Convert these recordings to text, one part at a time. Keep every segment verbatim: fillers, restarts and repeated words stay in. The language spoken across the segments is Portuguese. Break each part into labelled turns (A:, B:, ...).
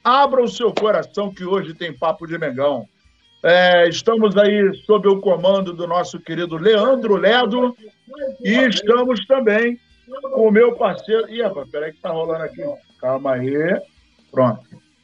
A: abra o seu coração que hoje tem Papo de Mengão. É, estamos aí sob o comando do nosso querido Leandro Ledo e estamos também com o meu parceiro... Ih, rapaz, peraí que tá rolando aqui. Calma aí. Pronto.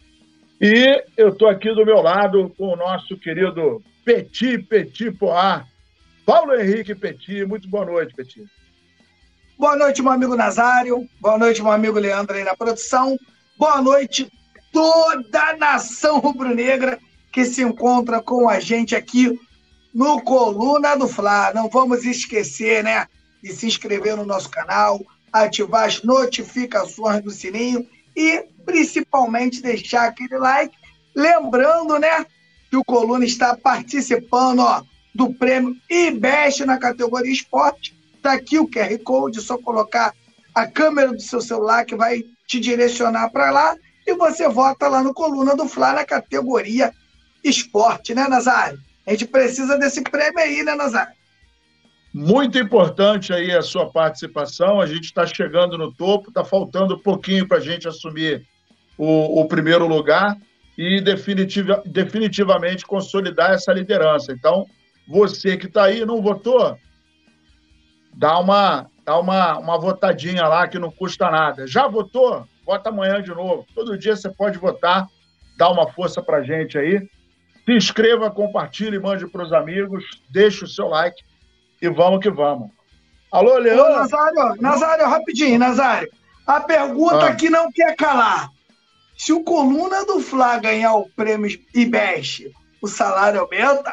A: E eu estou aqui do meu lado com o nosso querido Petit, Petit Poá, Paulo Henrique Petit. Muito boa noite, Petit.
B: Boa noite, meu amigo Nazário. Boa noite, meu amigo Leandro aí na produção. Boa noite, toda a nação rubro-negra que se encontra com a gente aqui no Coluna do Fla. Não vamos esquecer, né, de se inscrever no nosso canal, ativar as notificações do sininho e, principalmente, deixar aquele like. Lembrando, né, que o Coluna está participando, ó, do prêmio IBEST na categoria esporte. Está aqui o Q R Code, é só colocar a câmera do seu celular que vai te direcionar para lá e você vota lá no Coluna do Fla na categoria esporte, né, Nazário? A gente precisa desse prêmio aí, né, Nazário?
A: Muito importante aí a sua participação. A gente está chegando no topo, está faltando pouquinho para a gente assumir o, o primeiro lugar e definitiva, definitivamente consolidar essa liderança. Então, você que está aí não votou, dá uma, dá uma, uma votadinha lá que não custa nada. Já votou? Vota amanhã de novo. Todo dia você pode votar, dá uma força para a gente aí. Se inscreva, compartilhe, mande para os amigos, deixe o seu like e vamos que vamos. Alô, Leandro?
B: Ô, Nazário, Nazário, rapidinho, Nazário. A pergunta ah. que não quer calar. Se o Coluna do Fla ganhar o prêmio IBEST, o salário aumenta?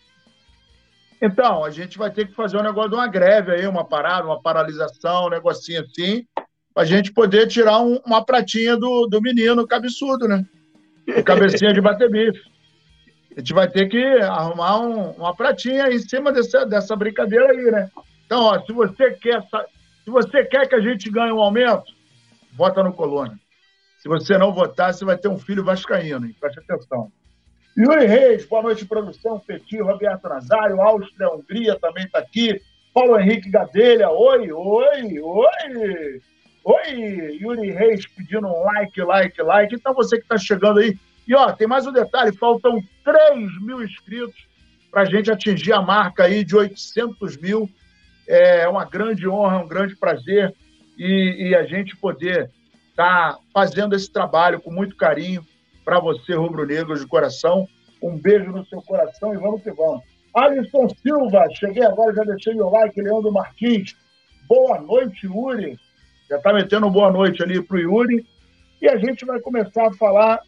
A: Então, a gente vai ter que fazer um negócio de uma greve aí, uma parada, uma paralisação, um negocinho assim, para a gente poder tirar um, uma pratinha do, do menino cabeçudo, né? O cabecinha de bater bife. A gente vai ter que arrumar um, uma pratinha em cima dessa, dessa brincadeira aí, né? Então, ó, se você quer, se você quer que a gente ganhe um aumento, vota no Coluna. Se você não votar, você vai ter um filho vascaíno, hein? Preste atenção. Yuri Reis, boa noite, produção. Petit, Roberto Nazário, Áustria, Hungria também está aqui. Paulo Henrique Gadelha, oi, oi, oi. Oi, Yuri Reis pedindo um like, like, like. Então, você que está chegando aí. E, ó, tem mais um detalhe, faltam três mil inscritos para a gente atingir a marca aí de oitocentos mil. É uma grande honra, um grande prazer e, e a gente poder estar tá fazendo esse trabalho com muito carinho para você, rubro-negro de coração. Um beijo no seu coração e vamos que vamos. Alisson Silva, cheguei agora, já deixei meu like. Leandro Martins, boa noite, Yuri. Já está metendo boa noite ali para o Yuri. E a gente vai começar a falar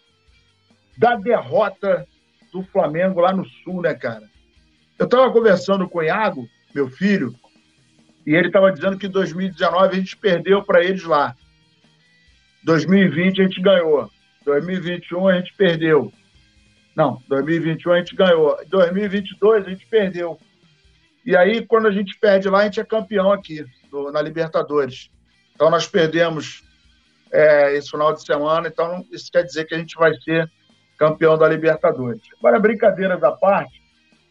A: da derrota do Flamengo lá no Sul, né, cara? Eu estava conversando com o Iago, meu filho, e ele estava dizendo que em dois mil e dezenove a gente perdeu para eles lá. dois mil e vinte a gente ganhou. dois mil e vinte e um a gente perdeu. Não, dois mil e vinte e um a gente ganhou. dois mil e vinte e dois a gente perdeu. E aí, quando a gente perde lá, a gente é campeão aqui, do, na Libertadores. Então, nós perdemos é, esse final de semana, então isso quer dizer que a gente vai ser campeão da Libertadores. Agora, brincadeiras à parte,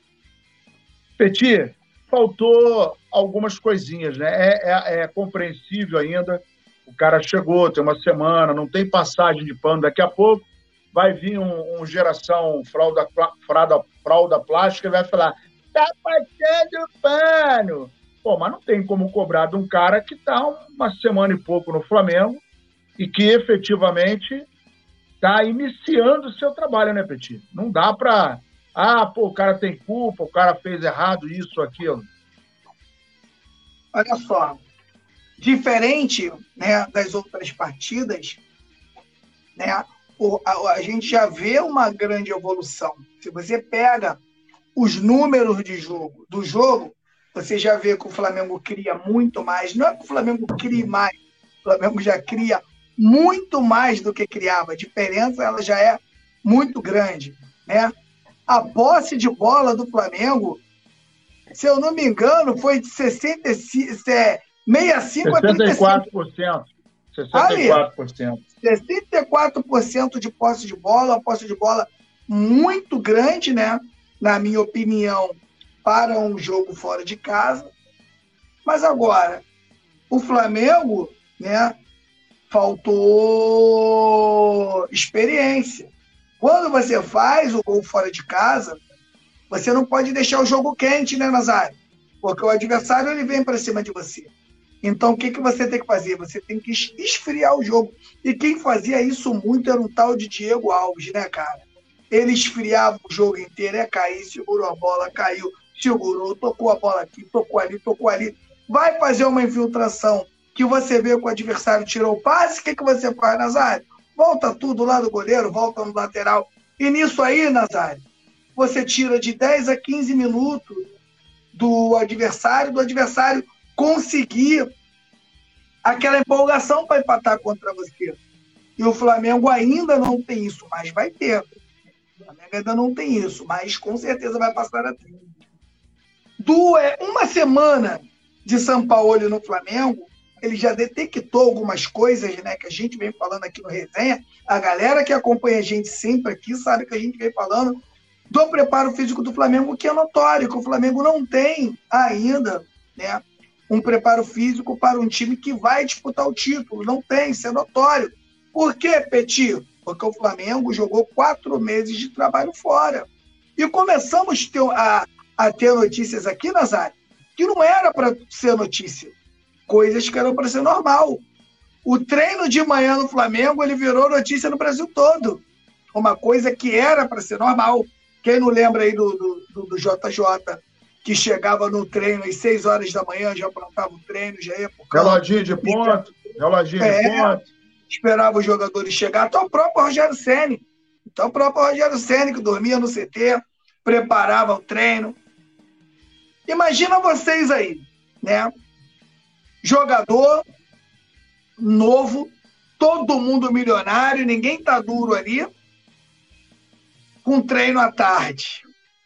A: Petit, faltou algumas coisinhas, né? É, é, é compreensível ainda. O cara chegou, tem uma semana, não tem passagem de pano. Daqui a pouco vai vir um, um geração fralda, fralda, fralda plástica e vai falar, tá passando pano. Pô, mas não tem como cobrar de um cara que tá uma semana e pouco no Flamengo e que efetivamente está iniciando o seu trabalho, né, Petit? Não dá para... Ah, pô, o cara tem culpa, o cara fez errado, isso, aquilo.
B: Olha só, diferente, né, das outras partidas, né, o, a, a gente já vê uma grande evolução. Se você pega os números de jogo, do jogo, você já vê que o Flamengo cria muito mais. Não é que o Flamengo crie mais, o Flamengo já cria muito mais do que criava. A diferença ela já é muito grande, né? A posse de bola do Flamengo, se eu não me engano, foi de sessenta e cinco, sessenta e cinco a trinta e cinco.
A: sessenta e quatro por cento. sessenta e quatro por cento.
B: sessenta e quatro por cento de posse de bola, uma posse de bola muito grande, né? Na minha opinião, para um jogo fora de casa. Mas agora, o Flamengo, né? faltou experiência. Quando você faz o gol fora de casa, você não pode deixar o jogo quente, né, Nazário? Porque o adversário ele vem para cima de você. Então, o que, que você tem que fazer? Você tem que esfriar o jogo. E quem fazia isso muito era um tal de Diego Alves, né, cara? Ele esfriava o jogo inteiro, é cair, segurou a bola, caiu, segurou, tocou a bola aqui, tocou ali, tocou ali. Vai fazer uma infiltração que você vê que o adversário tirou o passe, o que, que você faz, Nazário? Volta tudo lá do goleiro, volta no lateral. E nisso aí, Nazário, você tira de dez a quinze minutos do adversário, do adversário conseguir aquela empolgação para empatar contra você. E o Flamengo ainda não tem isso, mas vai ter. O Flamengo ainda não tem isso, mas com certeza vai passar a ter. Duas, uma semana de Sampaoli no Flamengo, ele já detectou algumas coisas, né, que a gente vem falando aqui no Resenha. A galera que acompanha a gente sempre aqui sabe que a gente vem falando do preparo físico do Flamengo, que é notório, que o Flamengo não tem ainda, né, um preparo físico para um time que vai disputar o título. Não tem, isso é notório. Por quê, Petit? Porque o Flamengo jogou quatro meses de trabalho fora. E começamos a, a ter notícias aqui, Nazário, que não era para ser notícia. Coisas que eram para ser normal. O treino de manhã no Flamengo, ele virou notícia no Brasil todo. Uma coisa que era para ser normal. Quem não lembra aí do, do, do, do J J, que chegava no treino às seis horas da manhã, já plantava o treino, já ia pro campo.
A: Reloginho de ponto, reloginho é, de ponto.
B: Esperava os jogadores chegar. Até o próprio Rogério Ceni. Até o próprio Rogério Ceni, que dormia no C T, preparava o treino. Imagina vocês aí, né? Jogador novo, todo mundo milionário, ninguém tá duro ali, com treino à tarde.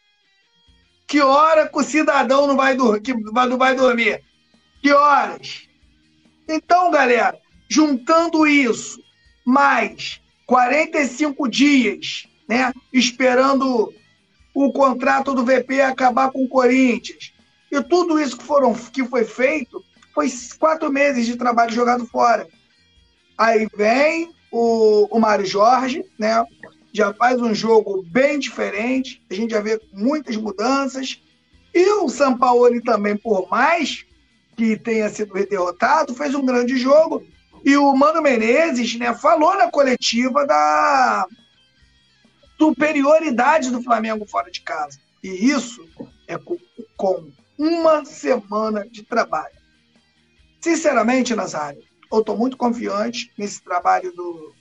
B: Que hora que o cidadão não vai, dur- que não vai dormir? Que horas? Então, galera, juntando isso, mais quarenta e cinco dias, né, esperando o contrato do V P acabar com o Corinthians, e tudo isso que, foram, que foi feito, foi quatro meses de trabalho jogado fora. Aí vem o, o Mário Jorge, né, já faz um jogo bem diferente, a gente já vê muitas mudanças, e o Sampaoli também, por mais que tenha sido derrotado, fez um grande jogo, e o Mano Menezes, né, falou na coletiva da superioridade do Flamengo fora de casa, e isso é com, com uma semana de trabalho. Sinceramente, Nazário, eu estou muito confiante nesse trabalho do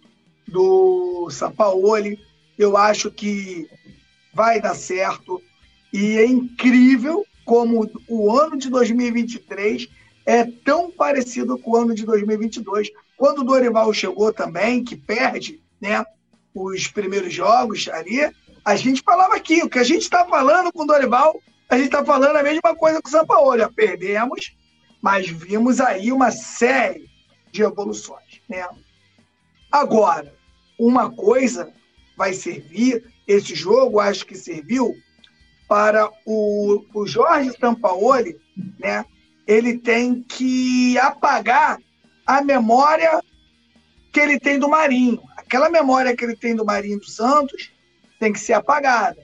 B: do Sampaoli, eu acho que vai dar certo, e é incrível como o ano de dois mil e vinte e três é tão parecido com o ano de dois mil e vinte e dois. Quando o Dorival chegou também, que perde, né, os primeiros jogos ali, a gente falava aqui, o que a gente está falando com o Dorival, a gente está falando a mesma coisa com o Sampaoli, ó, perdemos, mas vimos aí uma série de evoluções, né? Agora, uma coisa vai servir, esse jogo acho que serviu para o, o Jorge Sampaoli, né? Ele tem que apagar a memória que ele tem do Marinho. Aquela memória que ele tem do Marinho dos Santos tem que ser apagada.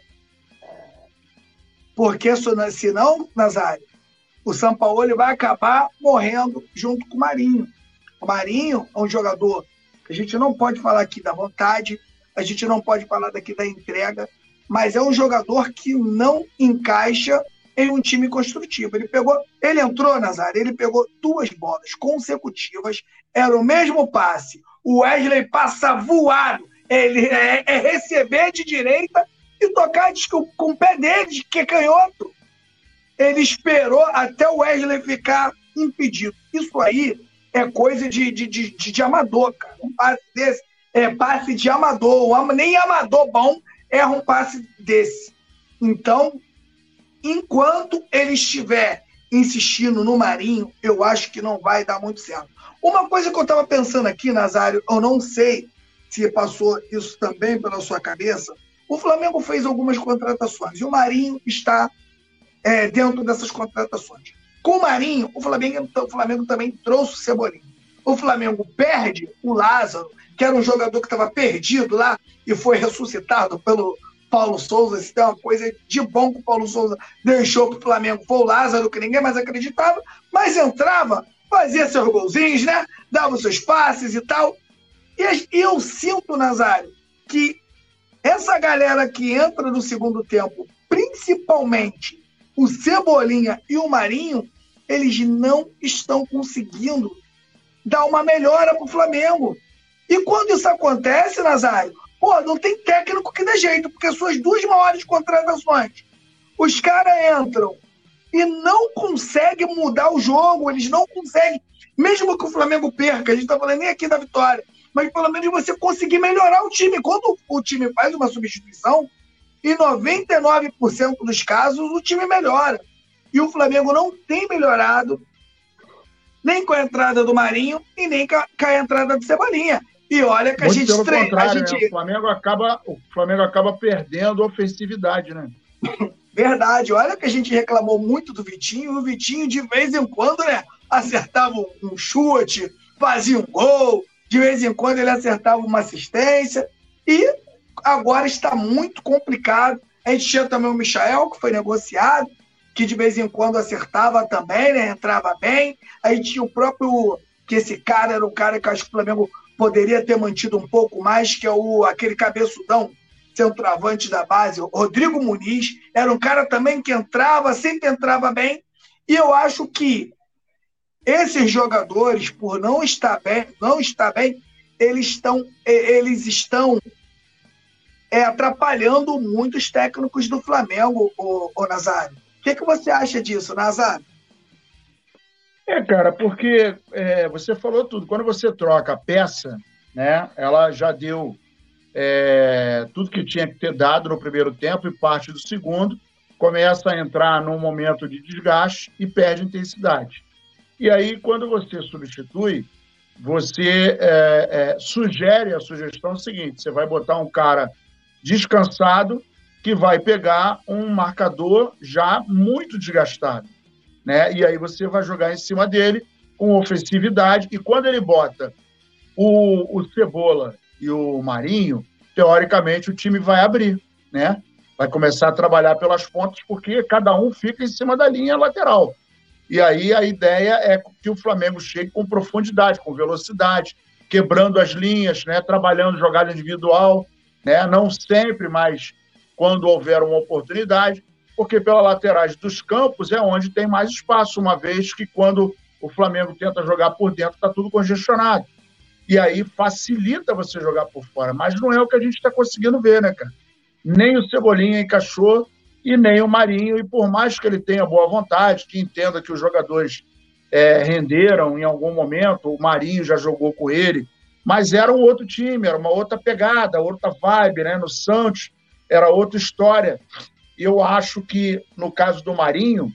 B: Porque senão, Nazário, o Sampaoli vai acabar morrendo junto com o Marinho. O Marinho é um jogador que a gente não pode falar aqui da vontade, a gente não pode falar daqui da entrega, mas é um jogador que não encaixa em um time construtivo. Ele pegou, ele entrou, Nazário, ele pegou duas bolas consecutivas, era o mesmo passe. O Wesley passa voado, ele é, é receber de direita e tocar de, com, com o pé dele, que é canhoto. Ele esperou até o Wesley ficar impedido. Isso aí é coisa de, de, de, de, de amador, cara. Um passe desse é passe de amador. Nem amador bom erra um passe desse. Então, enquanto ele estiver insistindo no Marinho, eu acho que não vai dar muito certo. Uma coisa que eu estava pensando aqui, Nazário, eu não sei se passou isso também pela sua cabeça, o Flamengo fez algumas contratações e o Marinho está é, dentro dessas contratações. Com o Marinho, o Flamengo, o Flamengo também trouxe o Cebolinha. o Flamengo perde o Lázaro, que era um jogador que estava perdido lá e foi ressuscitado pelo Paulo Souza. Se tem uma coisa de bom que o Paulo Souza deixou para o Flamengo, foi o Lázaro, que ninguém mais acreditava, mas entrava, fazia seus golzinhos, né? Dava os seus passes e tal. E eu sinto, Nazário, que essa galera que entra no segundo tempo, principalmente o Cebolinha e o Marinho, eles não estão conseguindo dar uma melhora para o Flamengo. E quando isso acontece, Nazário, pô, não tem técnico que dê jeito, porque suas duas maiores contratações, os caras entram e não conseguem mudar o jogo, eles não conseguem, mesmo que o Flamengo perca, a gente está falando nem aqui da vitória, mas pelo menos você conseguir melhorar o time. Quando o time faz uma substituição, em noventa e nove por cento dos casos, o time melhora. E o Flamengo não tem melhorado nem com a entrada do Marinho e nem com a, com a entrada do Cebolinha. E olha que a
A: Muito
B: gente...
A: pelo
B: Tre...
A: contrário,
B: a gente...
A: né? o, Flamengo acaba, o Flamengo acaba perdendo ofensividade, né?
B: Verdade. Olha que a gente reclamou muito do Vitinho. O Vitinho, de vez em quando, né, acertava um chute, fazia um gol. De vez em quando ele acertava uma assistência. E agora está muito complicado. A gente tinha também o Michael, que foi negociado, que de vez em quando acertava também, né? Entrava bem. Aí tinha o próprio... que esse cara era o cara que eu acho que o Flamengo poderia ter mantido um pouco mais, que é o, aquele cabeçudão, centroavante da base, o Rodrigo Muniz. Era um cara também que entrava, sempre entrava bem. E eu acho que esses jogadores, por não estar bem, não estar bem, eles estão, eles estão é, atrapalhando muito os técnicos do Flamengo, o, o Nazário. O que, que você acha disso, Nazário?
A: É, cara, porque é, você falou tudo. Quando você troca a peça, né, ela já deu é, tudo que tinha que ter dado no primeiro tempo e parte do segundo, começa a entrar num momento de desgaste e perde intensidade. E aí, quando você substitui, você é, é, sugere a sugestão seguinte: você vai botar um cara descansado que vai pegar um marcador já muito desgastado, né? E aí você vai jogar em cima dele com ofensividade. E quando ele bota o, o Cebola e o Marinho, teoricamente o time vai abrir, né? Vai começar a trabalhar pelas pontas, porque cada um fica em cima da linha lateral. E aí a ideia é que o Flamengo chegue com profundidade, com velocidade, quebrando as linhas, né? Trabalhando jogada individual, né? Não sempre, mas quando houver uma oportunidade, porque pelas laterais dos campos é onde tem mais espaço, uma vez que quando o Flamengo tenta jogar por dentro está tudo congestionado. E aí facilita você jogar por fora, mas não é o que a gente está conseguindo ver, né, cara? Nem o Cebolinha encaixou e nem o Marinho, e por mais que ele tenha boa vontade, que entenda que os jogadores é, renderam em algum momento, o Marinho já jogou com ele, mas era um outro time, era uma outra pegada, outra vibe, né? No Santos era outra história. Eu acho que, no caso do Marinho,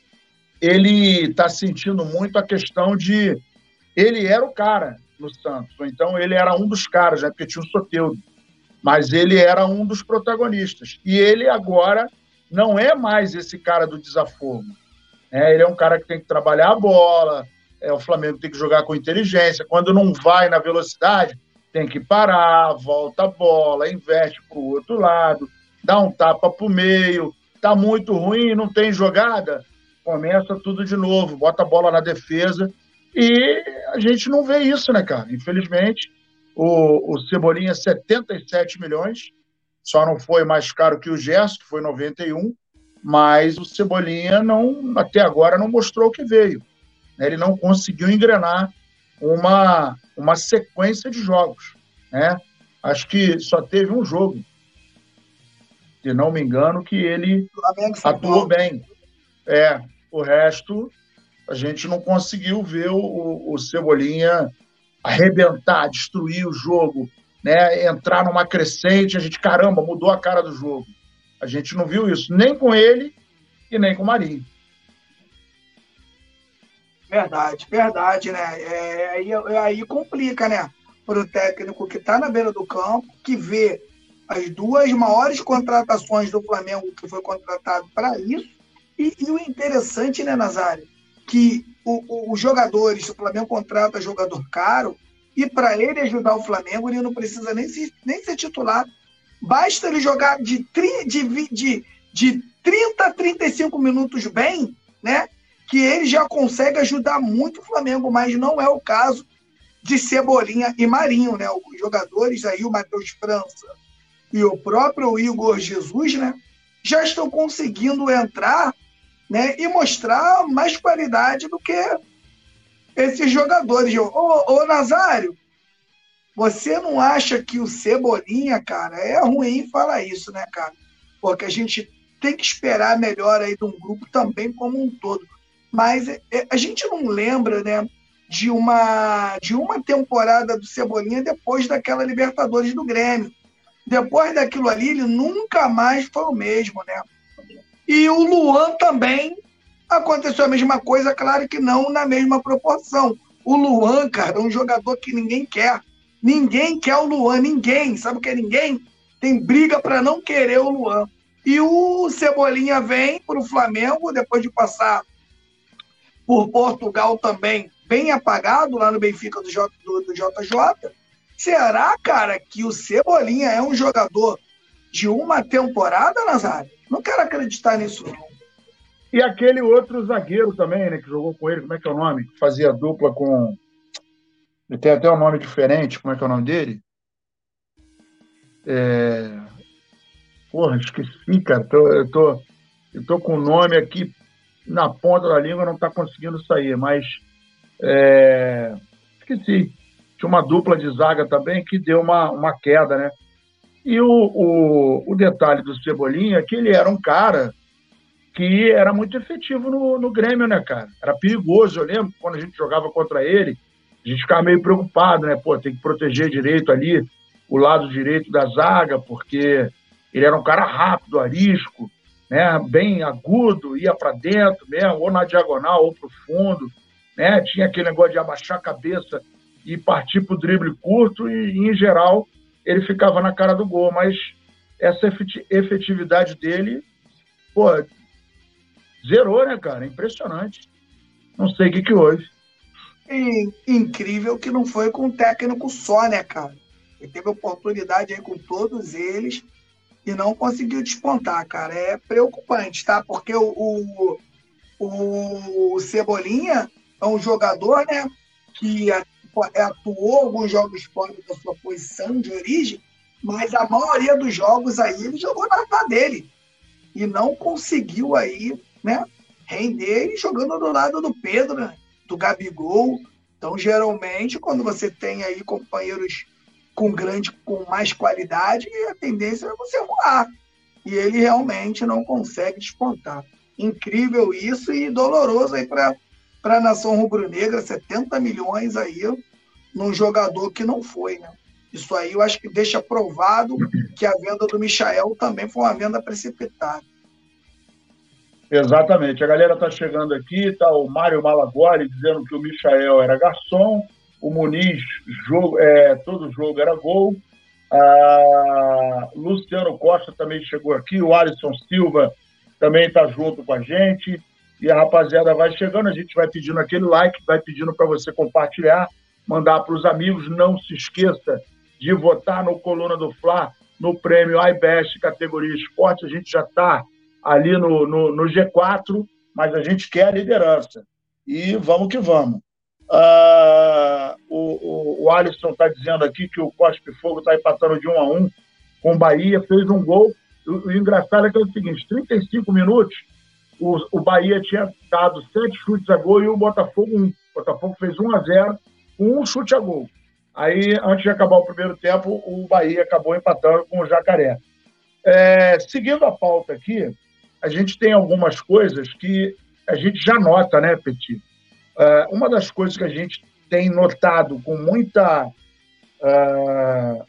A: ele está sentindo muito a questão de... Ele era o cara no Santos, então ele era um dos caras, né, porque tinha o Soteldo, mas ele era um dos protagonistas. E ele agora não é mais esse cara do desafogo. É, ele é um cara que tem que trabalhar a bola, é, o Flamengo tem que jogar com inteligência. Quando não vai na velocidade, tem que parar, volta a bola, inverte para o outro lado, dá um tapa para o meio, tá muito ruim, não tem jogada, começa tudo de novo, bota a bola na defesa, e a gente não vê isso, né, cara? Infelizmente, o, o Cebolinha, setenta e sete milhões, só não foi mais caro que o Gerson, que foi noventa e um, mas o Cebolinha não, até agora não mostrou o que veio. Ele não conseguiu engrenar uma, uma sequência de jogos, né? Acho que só teve um jogo, se não me engano, que ele atuou bem. É, o resto, a gente não conseguiu ver o, o Cebolinha arrebentar, destruir o jogo, né? Entrar numa crescente, a gente, caramba, mudou a cara do jogo. A gente não viu isso, nem com ele e nem com o Marinho.
B: Verdade, verdade, né? É, aí, aí complica, né? Para o técnico que está na beira do campo, que vê as duas maiores contratações do Flamengo, que foi contratado para isso. E, e o interessante, né, Nazário, que o, o, os jogadores, o Flamengo contrata jogador caro, e para ele ajudar o Flamengo, ele não precisa nem, se, nem ser titular. Basta ele jogar de, de, de, de trinta a trinta e cinco minutos bem, né? Que ele já consegue ajudar muito o Flamengo, mas não é o caso de Cebolinha e Marinho, né? Os jogadores aí, o Matheus França e o próprio Igor Jesus, né? Já estão conseguindo entrar, né? E mostrar mais qualidade do que esses jogadores. Ô, ô Nazário, você não acha que o Cebolinha, cara, é ruim falar isso, né, cara? Porque a gente tem que esperar melhor aí de um grupo também como um todo. Mas a gente não lembra, né, de uma, de uma temporada do Cebolinha depois daquela Libertadores do Grêmio. Depois daquilo ali, ele nunca mais foi o mesmo, né? E o Luan também aconteceu a mesma coisa, claro que não na mesma proporção. O Luan, cara, é um jogador que ninguém quer. Ninguém quer o Luan, ninguém. Sabe o que é ninguém? Tem briga para não querer o Luan. E o Cebolinha vem para o Flamengo, depois de passar por Portugal também, bem apagado lá no Benfica do, J, do, do J J. Será, cara, que o Cebolinha é um jogador de uma temporada, Nazário? Não quero acreditar nisso, não.
A: E aquele outro zagueiro também, né, que jogou com ele, como é que é o nome? Que fazia dupla com... Ele tem até um nome diferente, como é que é o nome dele? É... Porra, esqueci, cara. Tô, eu, tô, eu tô com o nome aqui na ponta da língua, não tá conseguindo sair, mas é... esqueci. Tinha uma dupla de zaga também que deu uma, uma queda, né? E o, o, o detalhe do Cebolinha é que ele era um cara que era muito efetivo no, no Grêmio, né, cara? Era perigoso. Eu lembro quando a gente jogava contra ele, a gente ficava meio preocupado, né? Pô, tem que proteger direito ali o lado direito da zaga, porque ele era um cara rápido, arisco, né? Bem agudo, ia para dentro mesmo, ou na diagonal, ou para o fundo, né? Tinha aquele negócio de abaixar a cabeça e partir para o drible curto e, em geral, ele ficava na cara do gol. Mas essa efetividade dele, pô, zerou, né, cara? Impressionante. Não sei o que que houve.
B: E incrível que não foi com um técnico só, né, cara? Ele teve oportunidade aí com todos eles e não conseguiu despontar, cara. É preocupante, tá? Porque o, o, o Cebolinha é um jogador, né, que atuou alguns jogos fora da sua posição de origem, mas a maioria dos jogos aí ele jogou na casa dele e não conseguiu aí, né, render jogando do lado do Pedro, né, do Gabigol. Então, geralmente, quando você tem aí companheiros com grande, com mais qualidade, a tendência é você voar. E ele realmente não consegue despontar. Incrível isso e doloroso aí para para a nação rubro-negra, setenta milhões aí num jogador que não foi, né? Isso aí eu acho que deixa provado que a venda do Michael também foi uma venda precipitada.
A: Exatamente. A galera está chegando aqui, tá o Mário Malagoli dizendo que o Michael era garçom, o Muniz, jogo, é, todo jogo era gol, a Luciano Costa também chegou aqui, o Alisson Silva também está junto com a gente. E a rapaziada vai chegando, a gente vai pedindo aquele like, vai pedindo para você compartilhar, mandar para os amigos. Não se esqueça de votar no Coluna do Fla, no prêmio iBest categoria esporte. A gente já está ali no, no, no G quatro, mas a gente quer a liderança. E vamos que vamos. Uh, o, o, o Alisson está dizendo aqui que o Cospe Fogo está empatando de um a um com o Bahia, fez um gol. O, o engraçado é que é o seguinte, trinta e cinco minutos, O, o Bahia tinha dado sete chutes a gol e o Botafogo um. O Botafogo fez um a zero com um chute a gol. Aí, antes de acabar o primeiro tempo, o Bahia acabou empatando com o Jacaré. É, seguindo a pauta aqui, a gente tem algumas coisas que a gente já nota, né, Petit? É, uma das coisas que a gente tem notado com muita... Uh,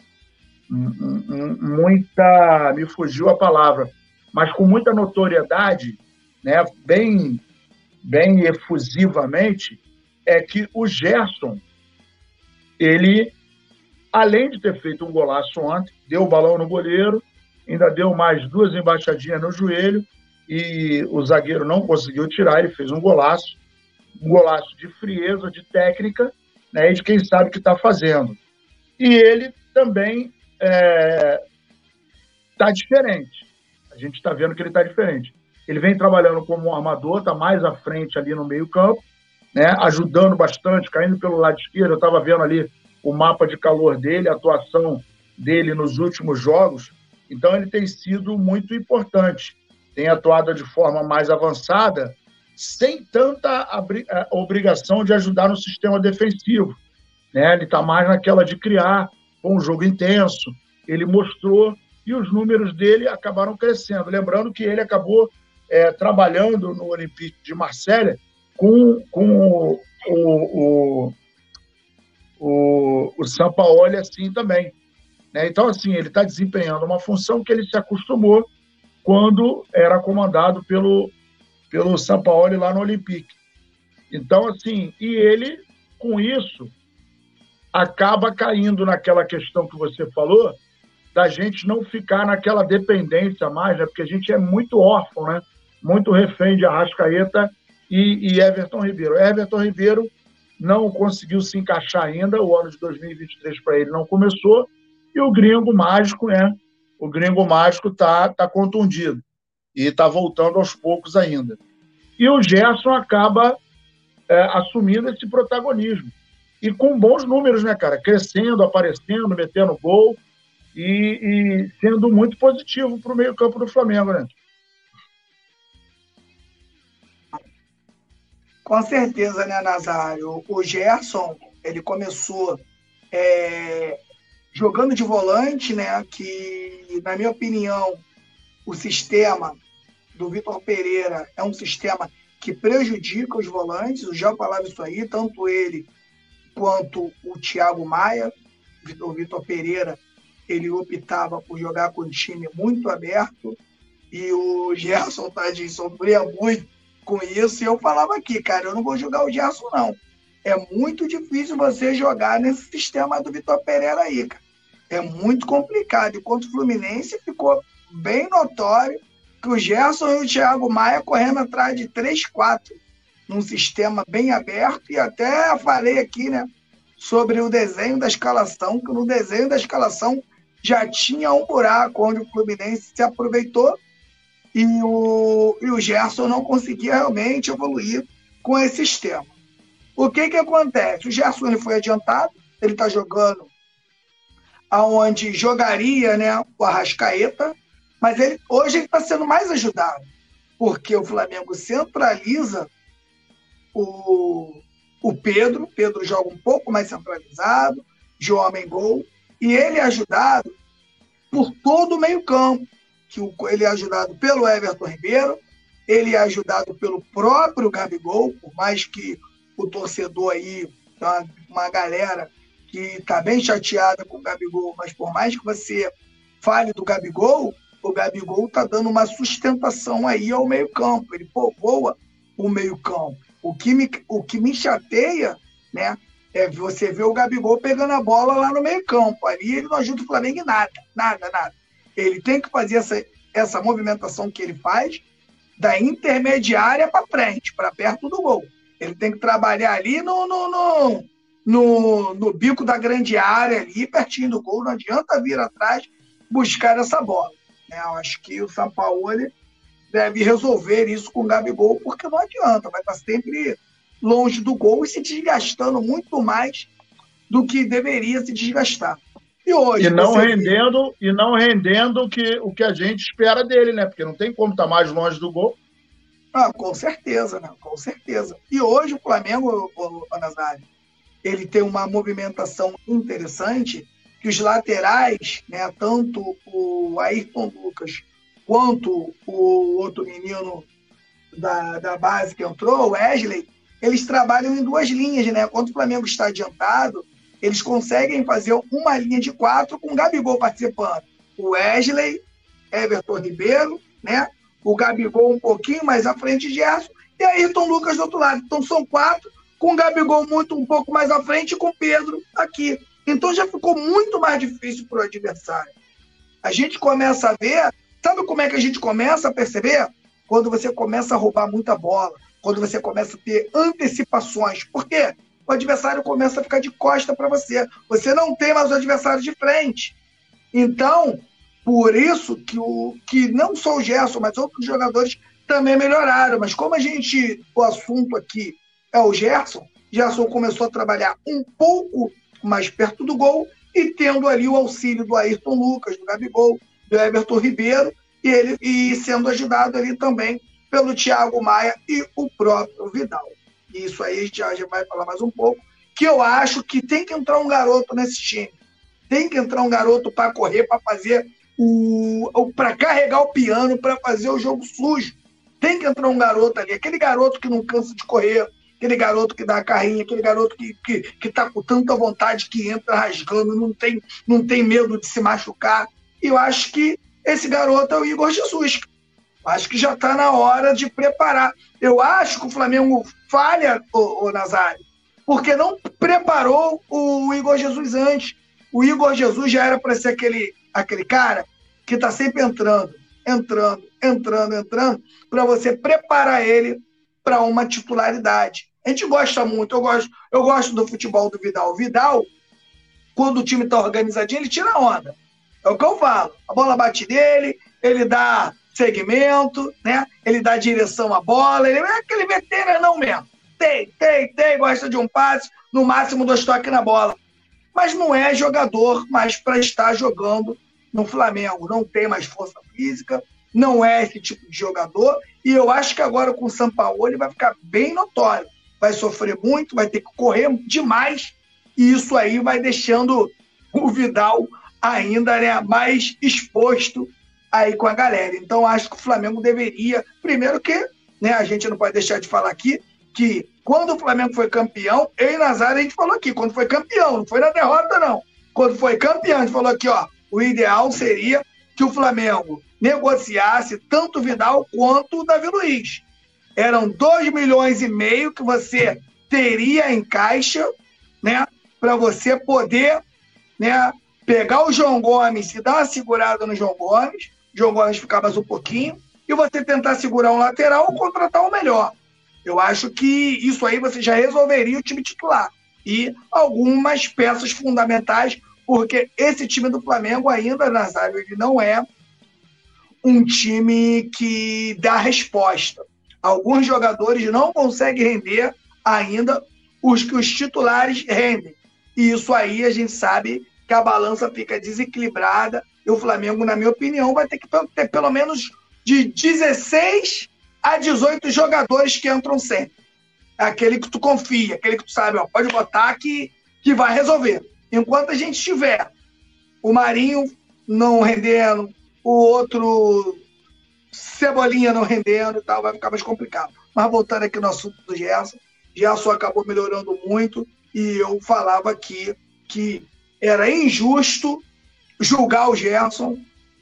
A: muita... me fugiu a palavra... mas com muita notoriedade, né, bem, bem efusivamente, é que o Gerson, ele, além de ter feito um golaço ontem, deu o balão no goleiro, ainda deu mais duas embaixadinhas no joelho, e o zagueiro não conseguiu tirar, ele fez um golaço. um golaço de frieza, de técnica, né, e de quem sabe o que está fazendo. E ele também está é, diferente. A gente está vendo que ele está diferente. Ele vem trabalhando como um armador, está mais à frente ali no meio-campo, né, ajudando bastante, caindo pelo lado esquerdo. Eu estava vendo ali o mapa de calor dele, a atuação dele nos últimos jogos. Então, ele tem sido muito importante. Tem atuado de forma mais avançada, sem tanta obrigação de ajudar no sistema defensivo, né? Ele está mais naquela de criar, com um jogo intenso. Ele mostrou e os números dele acabaram crescendo. Lembrando que ele acabou é, trabalhando no Olympique de Marselha com, com o, o, o, o Sampaoli assim também, né? Então, assim, ele está desempenhando uma função que ele se acostumou quando era comandado pelo, pelo Sampaoli lá no Olympique. Então, assim, e ele, com isso, acaba caindo naquela questão que você falou, da gente não ficar naquela dependência mais, né? Porque a gente é muito órfão, né? Muito refém de Arrascaeta e, e Everton Ribeiro. Everton Ribeiro não conseguiu se encaixar ainda, o ano de dois mil e vinte e três para ele não começou, e o gringo mágico, né? O gringo mágico está tá contundido e está voltando aos poucos ainda. E o Gerson acaba é, assumindo esse protagonismo. E com bons números, né, cara? Crescendo, aparecendo, metendo gol e, e sendo muito positivo para o meio-campo do Flamengo, né?
B: Com certeza, né, Nazário? O Gerson, ele começou é, jogando de volante, né? Que, na minha opinião, o sistema do Vitor Pereira é um sistema que prejudica os volantes. Eu já falava isso aí, tanto ele quanto o Thiago Maia. O Vitor Pereira, ele optava por jogar com o time muito aberto e o Gerson, tadinho, sofria muito com isso. E eu falava aqui, cara, eu não vou jogar o Gerson, não. É muito difícil você jogar nesse sistema do Vitor Pereira aí, cara. É muito complicado. E contra o Fluminense ficou bem notório que o Gerson e o Thiago Maia correndo atrás de três, quatro num sistema bem aberto. E até falei aqui, né, sobre o desenho da escalação, que no desenho da escalação já tinha um buraco onde o Fluminense se aproveitou e o, e o Gerson não conseguia realmente evoluir com esse sistema. O que que acontece? O Gerson ele foi adiantado, ele está jogando aonde jogaria, né, o Arrascaeta, mas ele, hoje ele está sendo mais ajudado, porque o Flamengo centraliza o, o Pedro, Pedro joga um pouco mais centralizado, de homem-gol, e ele é ajudado por todo o meio-campo, que ele é ajudado pelo Everton Ribeiro, ele é ajudado pelo próprio Gabigol, por mais que o torcedor aí, uma, uma galera que está bem chateada com o Gabigol, mas por mais que você fale do Gabigol, o Gabigol está dando uma sustentação aí ao meio-campo, ele povoa o meio-campo. O que me, o que me chateia, né, é você ver o Gabigol pegando a bola lá no meio-campo. Ali ele não ajuda o Flamengo em nada, nada, nada. Ele tem que fazer essa, essa movimentação que ele faz da intermediária para frente, para perto do gol. Ele tem que trabalhar ali no, no, no, no, no bico da grande área, ali pertinho do gol. Não adianta vir atrás buscar essa bola, né? Eu acho que o Sampaoli deve resolver isso com o Gabigol, porque não adianta, vai estar sempre longe do gol e se desgastando muito mais do que deveria se desgastar. E hoje
A: e não
B: você
A: rendendo vê... e não rendendo o que, o que a gente espera dele, né? Porque não tem como estar mais longe do gol.
B: Ah, com certeza, né? Com certeza. E hoje o Flamengo, o, o Nazário, ele tem uma movimentação interessante que os laterais, né, tanto o Ayrton Lucas quanto o outro menino da, da base que entrou, o Wesley, eles trabalham em duas linhas, né? Quando o Flamengo está adiantado, eles conseguem fazer uma linha de quatro com o Gabigol participando. O Wesley, Everton Ribeiro, né? O Gabigol um pouquinho mais à frente de Gerson e Ayrton Lucas do outro lado. Então são quatro, com o Gabigol muito um pouco mais à frente e com o Pedro aqui. Então já ficou muito mais difícil para o adversário. A gente começa a ver, sabe como é que a gente começa a perceber? Quando você começa a roubar muita bola, quando você começa a ter antecipações. Por quê? O adversário começa a ficar de costa para você. Você não tem mais o adversário de frente. Então, por isso que, o, que não só o Gerson, mas outros jogadores também melhoraram. Mas como a gente, o assunto aqui é o Gerson, Gerson começou a trabalhar um pouco mais perto do gol e tendo ali o auxílio do Ayrton Lucas, do Gabigol, do Everton Ribeiro, e, ele, e sendo ajudado ali também pelo Thiago Maia e o próprio Vidal. E isso aí a gente já vai falar mais um pouco, que eu acho que tem que entrar um garoto nesse time. Tem que entrar um garoto para correr, para fazer o, o para carregar o piano, para fazer o jogo sujo. Tem que entrar um garoto ali, aquele garoto que não cansa de correr, aquele garoto que dá a carrinha, aquele garoto que, que, que tá com tanta vontade que entra rasgando, não tem, não tem medo de se machucar. E eu acho que esse garoto é o Igor Jesus. Acho que já está na hora de preparar. Eu acho que o Flamengo falha, o, o Nazário, porque não preparou o Igor Jesus antes. O Igor Jesus já era para ser aquele, aquele cara que está sempre entrando, entrando, entrando, entrando, para você preparar ele para uma titularidade. A gente gosta muito, eu gosto, eu gosto do futebol do Vidal. O Vidal, quando o time está organizadinho, ele tira onda. É o que eu falo. A bola bate nele, ele dá segmento, né? Ele dá direção à bola, ele é aquele veteranão mesmo. Tem, tem, tem, gosta de um passe, no máximo dois toques na bola. Mas não é jogador mais para estar jogando no Flamengo. Não tem mais força física, não é esse tipo de jogador. E eu acho que agora com o Sampaoli vai ficar bem notório. Vai sofrer muito, vai ter que correr demais. E isso aí vai deixando o Vidal ainda, né, mais exposto aí com a galera. Então, acho que o Flamengo deveria... Primeiro que, né, a gente não pode deixar de falar aqui que quando o Flamengo foi campeão, eu e Nazário, a gente falou aqui, quando foi campeão, não foi na derrota, não. Quando foi campeão, a gente falou aqui, ó, o ideal seria que o Flamengo negociasse tanto o Vidal quanto o Davi Luiz. Eram dois milhões e meio que você teria em caixa, né, para você poder, né, pegar o João Gomes e dar uma segurada no João Gomes, o João Gomes ficar mais um pouquinho, e você tentar segurar um lateral ou contratar o melhor. Eu acho que isso aí você já resolveria o time titular. E algumas peças fundamentais, porque esse time do Flamengo ainda, Nazário, ele não é um time que dá resposta. Alguns jogadores não conseguem render ainda os que os titulares rendem. E isso aí a gente sabe que a balança fica desequilibrada e o Flamengo, na minha opinião, vai ter que ter pelo menos de dezesseis a dezoito jogadores que entram sempre. É aquele que tu confia, aquele que tu sabe, ó, pode botar que, que vai resolver. Enquanto a gente tiver o Marinho não rendendo, o outro Cebolinha não rendendo e tal, vai ficar mais complicado. Mas voltando aqui no assunto do Gerson, Gerson acabou melhorando muito e eu falava aqui que era injusto julgar o Gerson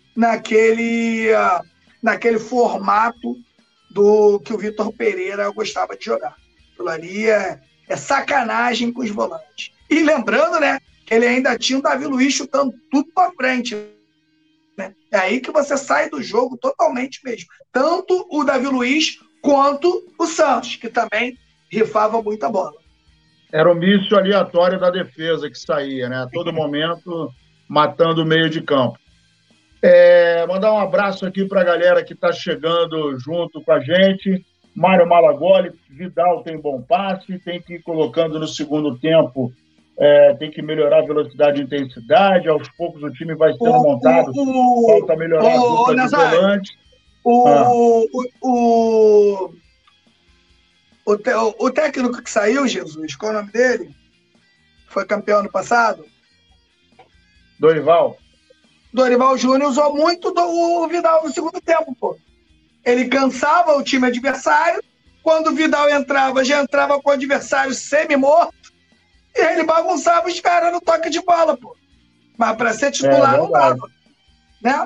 B: naquele, uh, naquele formato do que o Vitor Pereira gostava de jogar. Aquilo ali é, é sacanagem com os volantes. E lembrando, né, que ele ainda tinha o Davi Luiz chutando tudo para frente. Né? É aí que você sai do jogo totalmente mesmo. Tanto o Davi Luiz quanto o Santos, que também rifava muita bola.
A: Era o míssil aleatório da defesa que saía, né? A todo momento matando o meio de campo. É, mandar um abraço aqui para a galera que está chegando junto com a gente. Mário Malagoli, Vidal tem bom passe, tem que ir colocando no segundo tempo, é, tem que melhorar a velocidade e intensidade, aos poucos o time vai sendo o, montado, o, falta melhorar o, a dupla de volante.
B: O, ah. o, o, o, te, o, o técnico que saiu, Jesus, qual é o nome dele? Foi campeão ano passado?
A: Dorival.
B: Dorival Júnior usou muito do, o Vidal no segundo tempo, pô. Ele cansava o time adversário, quando o Vidal entrava, já entrava com o adversário semi-morto, e ele bagunçava os caras no toque de bola, pô. Mas para ser titular é não dava, né?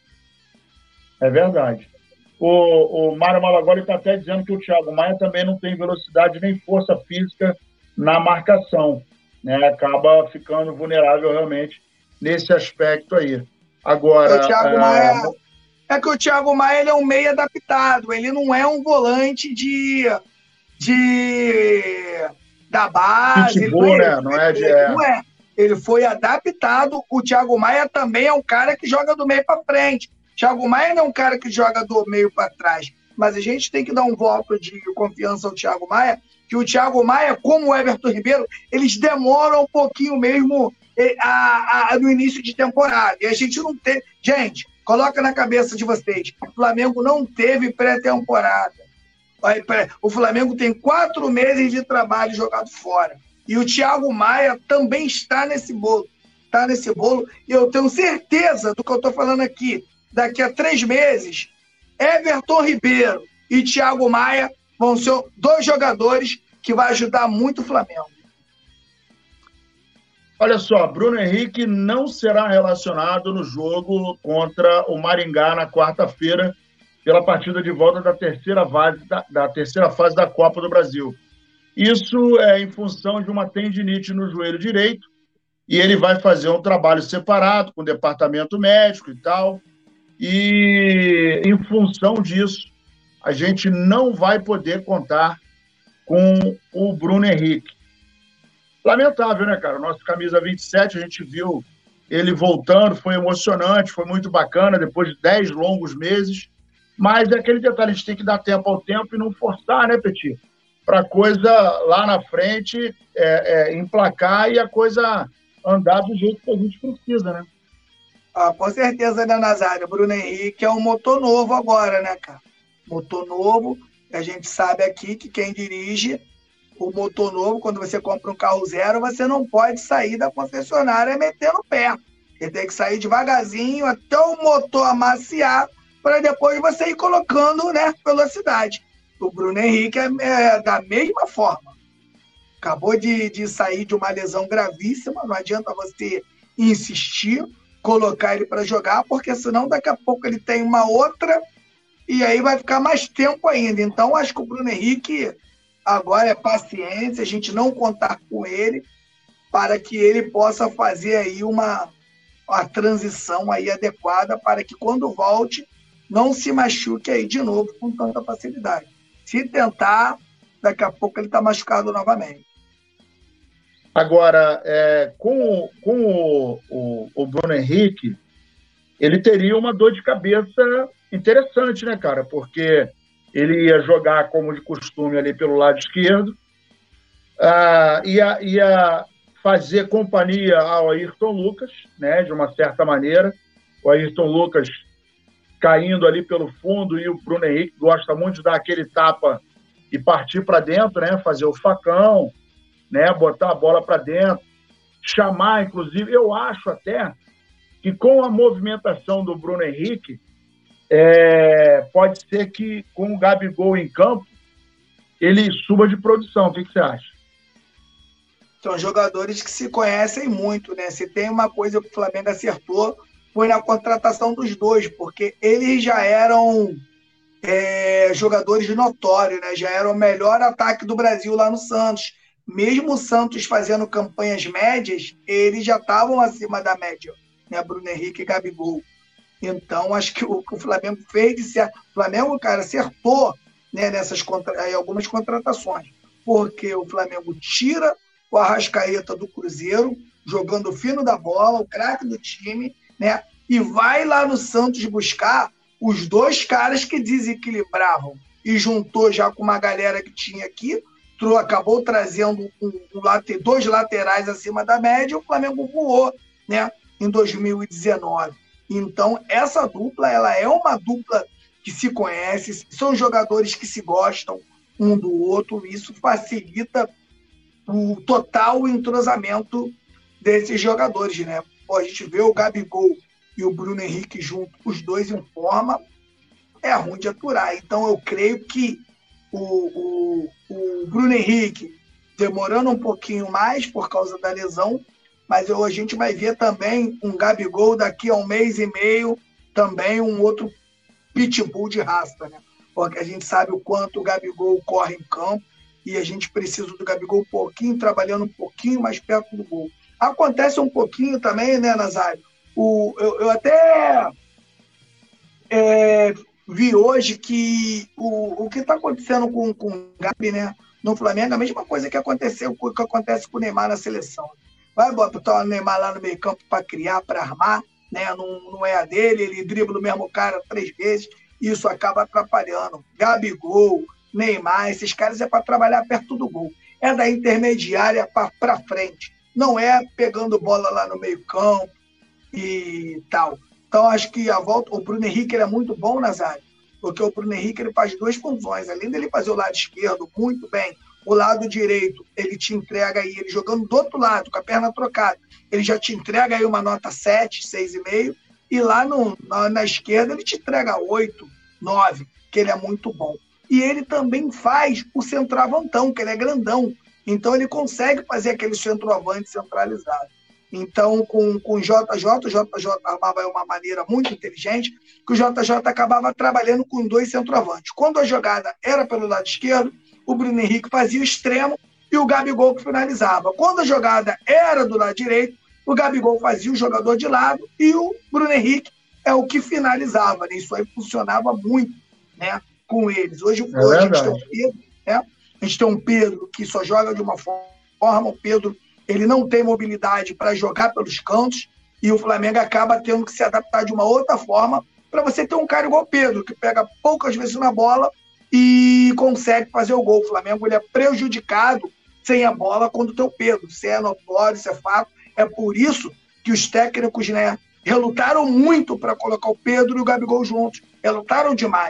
A: É verdade. O, o Mário Malagoli está até dizendo que o Thiago Maia também não tem velocidade nem força física na marcação, né? Acaba ficando vulnerável realmente nesse aspecto aí. Agora,
B: o Thiago é... Maia, é que o Thiago Maia ele é um meio adaptado, ele não é um volante de, de da base.
A: Pitbull,
B: ele,
A: né? Não é de...
B: ele, não é. Ele foi adaptado. O Thiago Maia também é um cara que joga do meio para frente. Thiago Maia não é um cara que joga do meio para trás. Mas a gente tem que dar um voto de confiança ao Thiago Maia, que o Thiago Maia, como o Everton Ribeiro, eles demoram um pouquinho mesmo a, a, no início de temporada. E a gente não tem... Gente, coloca na cabeça de vocês, o Flamengo não teve pré-temporada. O Flamengo tem quatro meses de trabalho jogado fora. E o Thiago Maia também está nesse bolo. Está nesse bolo. E eu tenho certeza do que eu estou falando aqui. Daqui a três meses, Everton Ribeiro e Thiago Maia vão ser dois jogadores que vão ajudar muito o Flamengo.
A: Olha só, Bruno Henrique não será relacionado no jogo contra o Maringá na quarta-feira pela partida de volta da terceira fase da, da terceira fase da Copa do Brasil. Isso é em função de uma tendinite no joelho direito e ele vai fazer um trabalho separado com o departamento médico e tal. E em função disso, a gente não vai poder contar com o Bruno Henrique. Lamentável, né, cara? O nosso camisa vinte e sete, a gente viu ele voltando, foi emocionante, foi muito bacana, depois de dez longos meses. Mas é aquele detalhe, a gente tem que dar tempo ao tempo e não forçar, né, Petit? Para a coisa lá na frente é, é, emplacar e a coisa andar do jeito que a gente precisa, né?
B: Ah, com certeza, né, Nazário? Bruno Henrique é um motor novo agora, né, cara? Motor novo, a gente sabe aqui que quem dirige o motor novo, quando você compra um carro zero, você não pode sair da concessionária metendo o pé. Ele tem que sair devagarzinho até o motor amaciar para depois você ir colocando, né, velocidade. O Bruno Henrique é, é da mesma forma. Acabou de, de sair de uma lesão gravíssima, não adianta você insistir, colocar ele para jogar, porque senão daqui a pouco ele tem uma outra e aí vai ficar mais tempo ainda. Então, acho que o Bruno Henrique agora é paciência, a gente não contar com ele para que ele possa fazer aí uma, uma transição aí adequada para que quando volte não se machuque aí de novo com tanta facilidade. Se tentar, daqui a pouco ele está machucado novamente.
A: Agora, é, com, com o, o, o Bruno Henrique, ele teria uma dor de cabeça interessante, né, cara? Porque ele ia jogar, como de costume, ali pelo lado esquerdo, ah, ia, ia fazer companhia ao Ayrton Lucas, né, de uma certa maneira. O Ayrton Lucas caindo ali pelo fundo e o Bruno Henrique gosta muito de dar aquele tapa e partir para dentro, né, fazer o facão, né, botar a bola para dentro, chamar, inclusive. Eu acho até que com a movimentação do Bruno Henrique, é, pode ser que com o Gabigol em campo, ele suba de produção. O que, que você acha?
B: São jogadores que se conhecem muito, né? Se tem uma coisa que o Flamengo acertou, foi na contratação dos dois, porque eles já eram é, jogadores notórios, né? Já eram o melhor ataque do Brasil lá no Santos. Mesmo o Santos fazendo campanhas médias, eles já estavam acima da média, né? Bruno Henrique e Gabigol. Então, acho que o que o Flamengo fez, de ser... o Flamengo, cara, acertou, né, nessas contra... em algumas contratações, porque o Flamengo tira o Arrascaeta do Cruzeiro, jogando fino da bola, o craque do time, né, e vai lá no Santos buscar os dois caras que desequilibravam e juntou já com uma galera que tinha aqui, acabou trazendo um, um, dois laterais acima da média, o Flamengo voou, né, em dois mil e dezenove. Então, essa dupla, ela é uma dupla que se conhece, são jogadores que se gostam um do outro, e isso facilita o total entrosamento desses jogadores, né? Pô, a gente vê o Gabigol e o Bruno Henrique juntos, os dois em forma, é ruim de aturar. Então, eu creio que o, o, o Bruno Henrique, demorando um pouquinho mais por causa da lesão, mas eu, a gente vai ver também um Gabigol daqui a um mês e meio, também um outro pitbull de raça, né? Porque a gente sabe o quanto o Gabigol corre em campo e a gente precisa do Gabigol um pouquinho, trabalhando um pouquinho mais perto do gol. Acontece um pouquinho também, né, Nazário? O, eu, eu até é, vi hoje que o, o que está acontecendo com, com o Gabi, né? no Flamengo, a mesma coisa que aconteceu, que acontece com o Neymar na seleção. Vai botar o Neymar lá no meio campo para criar, para armar, né? Não, não é a dele, ele dribla o mesmo cara três vezes, e isso acaba atrapalhando. Gabigol, Neymar, esses caras é para trabalhar perto do gol. É da intermediária para frente. Não é pegando bola lá no meio campo e tal. Então, acho que a volta... O Bruno Henrique ele é muito bom, Nazário, porque o Bruno Henrique ele faz duas funções. Além dele fazer o lado esquerdo muito bem, o lado direito, ele te entrega aí, ele jogando do outro lado, com a perna trocada, ele já te entrega aí uma nota sete, seis e meio, e lá no, na, na esquerda ele te entrega oito, nove, que ele é muito bom. E ele também faz o centroavantão, que ele é grandão. Então ele consegue fazer aquele centroavante centralizado. Então, com, com o J J, o J J armava de uma maneira muito inteligente, que o J J acabava trabalhando com dois centroavantes. Quando a jogada era pelo lado esquerdo, o Bruno Henrique fazia o extremo e o Gabigol que finalizava. Quando a jogada era do lado direito, o Gabigol fazia o jogador de lado e o Bruno Henrique é o que finalizava. Né? Isso aí funcionava muito, né, com eles. Hoje,
A: é
B: hoje a gente tem um Pedro, né? A gente tem um Pedro que só joga de uma forma, o Pedro ele não tem mobilidade para jogar pelos cantos e o Flamengo acaba tendo que se adaptar de uma outra forma para você ter um cara igual o Pedro, que pega poucas vezes na bola e consegue fazer o gol. O Flamengo ele é prejudicado sem a bola quando tem o Pedro. Isso é notório, isso é fato. É por isso que os técnicos, né, relutaram muito para colocar o Pedro e o Gabigol juntos. Relutaram demais.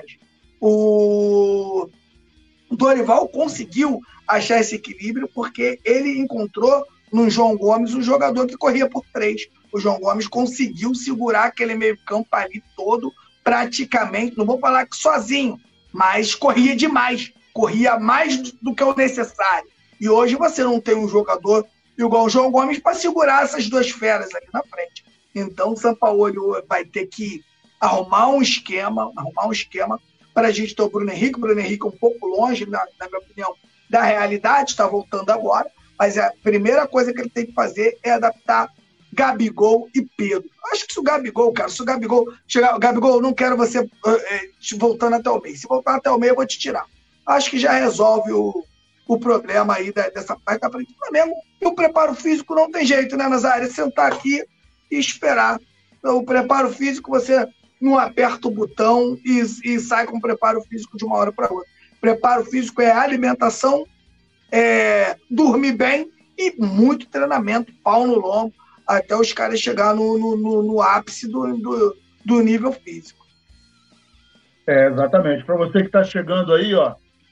B: O Dorival conseguiu achar esse equilíbrio porque ele encontrou no João Gomes um jogador que corria por três. O João Gomes conseguiu segurar aquele meio campo ali todo praticamente, não vou falar que sozinho, mas corria demais, corria mais do que o necessário. E hoje você não tem um jogador igual o João Gomes para segurar essas duas feras ali na frente. Então o Sampaoli vai ter que arrumar um esquema, arrumar um esquema para a gente ter o Bruno Henrique. O Bruno Henrique um pouco longe, na, na minha opinião, da realidade, está voltando agora, mas a primeira coisa que ele tem que fazer é adaptar Gabigol e Pedro. Acho que se o Gabigol, cara, se o Gabigol chegar, Gabigol, eu não quero você é, voltando até o meio. Se voltar até o meio, eu vou te tirar. Acho que já resolve o, o problema aí da, dessa parte da frente do Flamengo. E o preparo físico não tem jeito, né, Nazário? É sentar aqui e esperar. Então, o preparo físico, você não aperta o botão e, e sai com o preparo físico de uma hora para outra. Preparo físico é alimentação, é dormir bem e muito treinamento, pau no lombo, até os caras chegar no, no, no, no ápice do, do, do nível físico.
A: É, exatamente. Para você que está chegando aí, ó.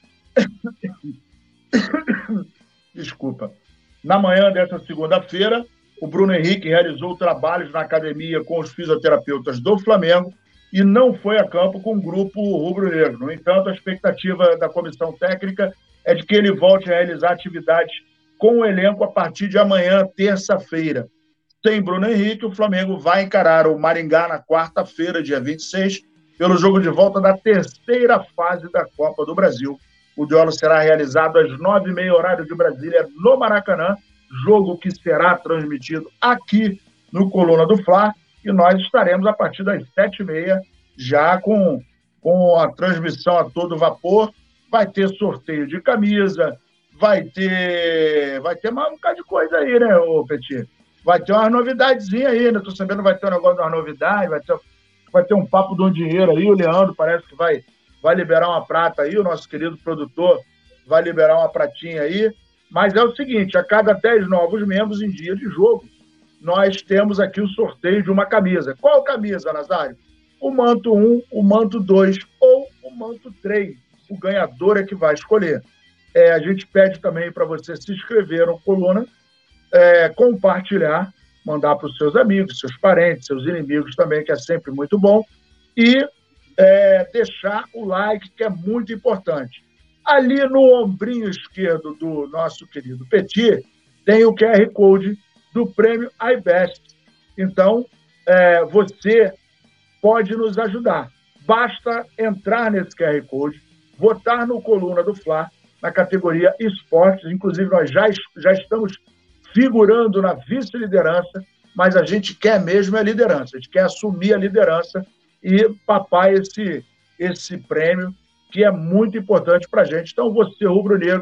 A: Desculpa. Na manhã dessa segunda-feira, o Bruno Henrique realizou trabalhos na academia com os fisioterapeutas do Flamengo e não foi a campo com o grupo rubro-negro. No entanto, a expectativa da comissão técnica é de que ele volte a realizar atividades com o elenco a partir de amanhã, terça-feira. Sem Bruno Henrique, o Flamengo vai encarar o Maringá na quarta-feira, dia vinte e seis, pelo jogo de volta da terceira fase da Copa do Brasil. O duelo será realizado às nove e meia, horário de Brasília, no Maracanã, jogo que será transmitido aqui no Coluna do Fla, e nós estaremos a partir das sete e meia, já com, com a transmissão a todo vapor. Vai ter sorteio de camisa, vai ter, vai ter mais um bocado de coisa aí, né, ô Petit? Vai ter umas novidadezinhas aí, né? Tô sabendo que vai ter um negócio de uma novidade, vai ter, vai ter um papo do dinheiro aí, o Leandro parece que vai, vai liberar uma prata aí, o nosso querido produtor vai liberar uma pratinha aí. Mas é o seguinte, a cada dez novos membros em dia de jogo, nós temos aqui o sorteio de uma camisa. Qual camisa, Nazário? O manto um, o manto dois ou o manto três. O ganhador é que vai escolher. É, a gente pede também para você se inscrever no Coluna, é, compartilhar, mandar para os seus amigos, seus parentes, seus inimigos também, que é sempre muito bom, e é, deixar o like, que é muito importante. Ali no ombrinho esquerdo do nosso querido Petit, tem o Q R Code do prêmio iBest. Então, é, você pode nos ajudar. Basta entrar nesse Q R Code, votar no Coluna do Fla, na categoria Esportes. Inclusive, nós já, já estamos figurando na vice-liderança, mas a gente quer mesmo a liderança. A gente quer assumir a liderança e papar esse, esse prêmio, que é muito importante para a gente. Então, você, rubro-negro,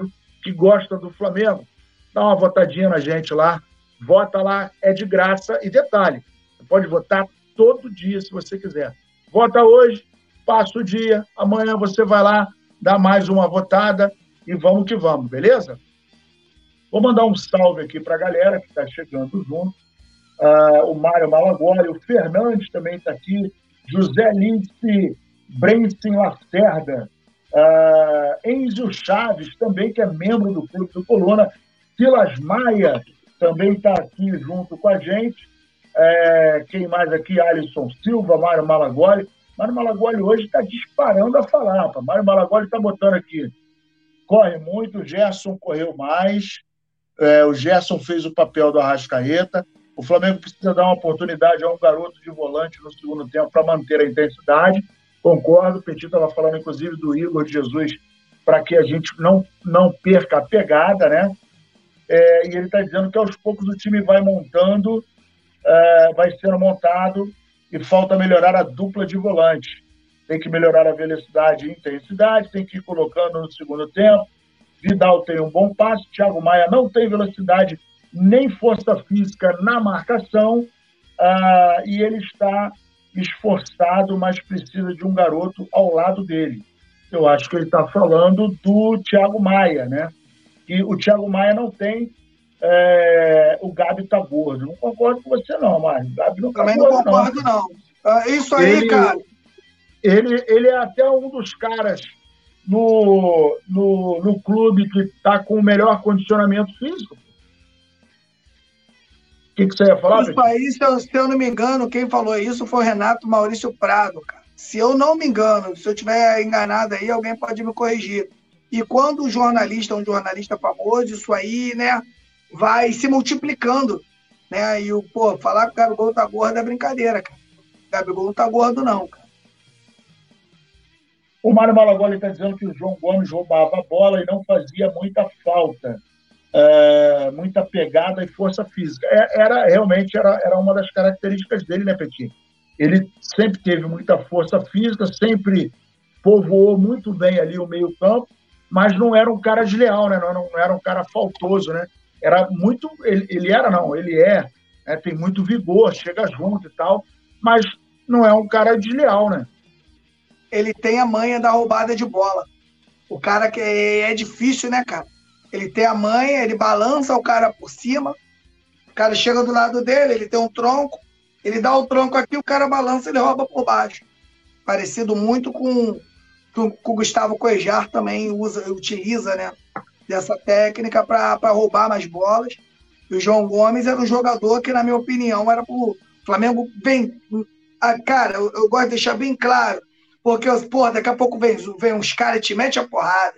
A: que gosta do Flamengo, dá uma votadinha na gente lá, vota lá, é de graça. E detalhe, você pode votar todo dia, se você quiser. Vota hoje, passa o dia, amanhã você vai lá, dá mais uma votada e vamos que vamos, beleza? Vou mandar um salve aqui para a galera que está chegando junto. Uh, o Mário Malagoli, o Fernandes também está aqui, José Lince Brensen Lacerda, uh, Enzo Chaves também, que é membro do Clube do Coluna, Silas Maia também está aqui junto com a gente. É, quem mais aqui? Alisson Silva, Mário Malagoli. Mário Malagoli hoje está disparando a falar. Pá. Mário Malagoli está botando aqui. Corre muito, o Gerson correu mais. É, o Gerson fez o papel do Arrascaeta. O Flamengo precisa dar uma oportunidade a um garoto de volante no segundo tempo para manter a intensidade. Concordo, o Petit estava falando, inclusive, do Igor Jesus, para que a gente não, não perca a pegada, né? É, e ele está dizendo que aos poucos o time vai montando, é, vai sendo montado e falta melhorar a dupla de volante. Tem que melhorar a velocidade e intensidade, tem que ir colocando no segundo tempo. Vidal tem um bom passe, Thiago Maia não tem velocidade nem força física na marcação, ah, e ele está esforçado, mas precisa de um garoto ao lado dele. Eu acho que ele está falando do Thiago Maia, né? E o Thiago Maia não tem, é, o Gabi tá gordo. Não concordo com você não, Mário. O Gabi não tá
B: Também
A: gordo,
B: não concordo não. não. Ah, isso aí,
A: ele,
B: cara.
A: Ele, ele é até um dos caras no, no, no clube que está com o melhor condicionamento físico. O que, que você ia falar,
B: Isso aí, se eu, se eu não me engano, quem falou isso foi o Renato Maurício Prado, cara. Se eu não me engano, se eu estiver enganado aí, alguém pode me corrigir. E quando o jornalista é um jornalista famoso, isso aí, né, vai se multiplicando, né? E o, pô, falar que o Gabigol tá gordo é brincadeira, cara. O Gabigol não tá gordo, não, cara.
A: O Mário Malagoli está dizendo que o João Gomes roubava a bola e não fazia muita falta. É, muita pegada e força física. É, era realmente era, era uma das características dele, né, Petit? Ele sempre teve muita força física, sempre povoou muito bem ali o meio-campo, mas não era um cara desleal, né? Não, não era um cara faltoso, né? Era muito. Ele, ele era, não, ele é, né? Tem muito vigor, chega junto e tal, mas não é um cara desleal, né?
B: Ele tem a manha da roubada de bola. O cara que é, é difícil, né, cara? Ele tem a manha, ele balança o cara por cima, o cara chega do lado dele, ele tem um tronco, ele dá o tronco aqui, o cara balança, ele rouba por baixo. Parecido muito com, com, com o Gustavo Cuejar também usa, utiliza, né, dessa técnica para roubar mais bolas. E o João Gomes era um jogador que, na minha opinião, era para o Flamengo bem... Ah, cara, eu, eu gosto de deixar bem claro, porque, porra, daqui a pouco vem, vem uns caras e te mete a porrada.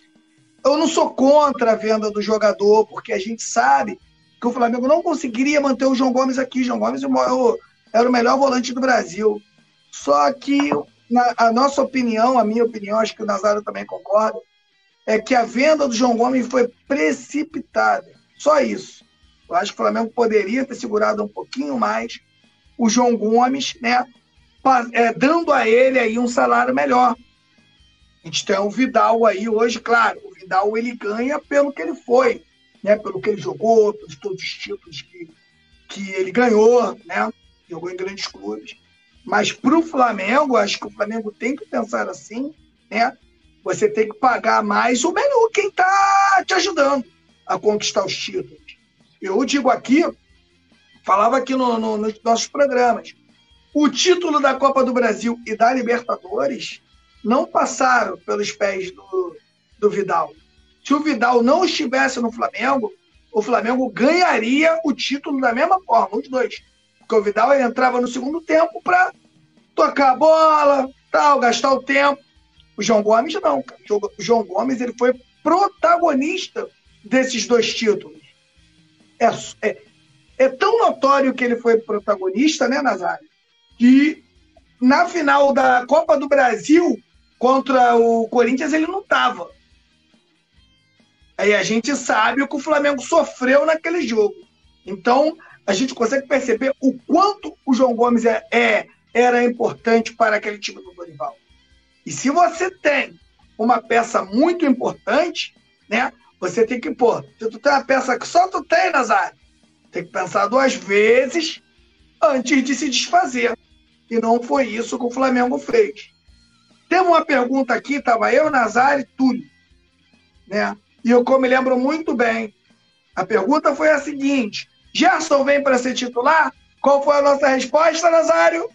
B: Eu não sou contra a venda do jogador, porque a gente sabe que o Flamengo não conseguiria manter o João Gomes aqui. João Gomes era o melhor volante do Brasil. Só que na, a nossa opinião, a minha opinião, acho que o Nazário também concorda, é que a venda do João Gomes foi precipitada. Só isso. Eu acho que o Flamengo poderia ter segurado um pouquinho mais o João Gomes, né, é, dando a ele aí um salário melhor. A gente tem o Vidal aí hoje, claro, o Vidal ele ganha pelo que ele foi, né? Pelo que ele jogou, pelos todos os títulos que, que ele ganhou, né? Jogou em grandes clubes. Mas para o Flamengo, acho que o Flamengo tem que pensar assim, né? Você tem que pagar mais o melhor, quem está te ajudando a conquistar os títulos. Eu digo aqui, falava aqui no, no, nos nossos programas, o título da Copa do Brasil e da Libertadores não passaram pelos pés do, do Vidal. Se o Vidal não estivesse no Flamengo, o Flamengo ganharia o título da mesma forma, os dois. Porque o Vidal ele entrava no segundo tempo para tocar a bola, tal, gastar o tempo. O João Gomes não. O João Gomes ele foi protagonista desses dois títulos. É, é, é tão notório que ele foi protagonista, né, Nazário? Que na final da Copa do Brasil contra o Corinthians ele não estava. Aí a gente sabe o que o Flamengo sofreu naquele jogo. Então a gente consegue perceber o quanto o João Gomes é, é, era importante para aquele time do Dorival. E se você tem uma peça muito importante, né, Você tem que, pô, se tu tem uma peça que só tu tem, Nazário, tem que pensar duas vezes antes de se desfazer. E não foi isso que o Flamengo fez. Temos uma pergunta aqui, estava eu, Nazário e Túlio, né? E eu, como me lembro muito bem, a pergunta foi a seguinte: Gerson vem para ser titular? Qual foi a nossa resposta, Nazário?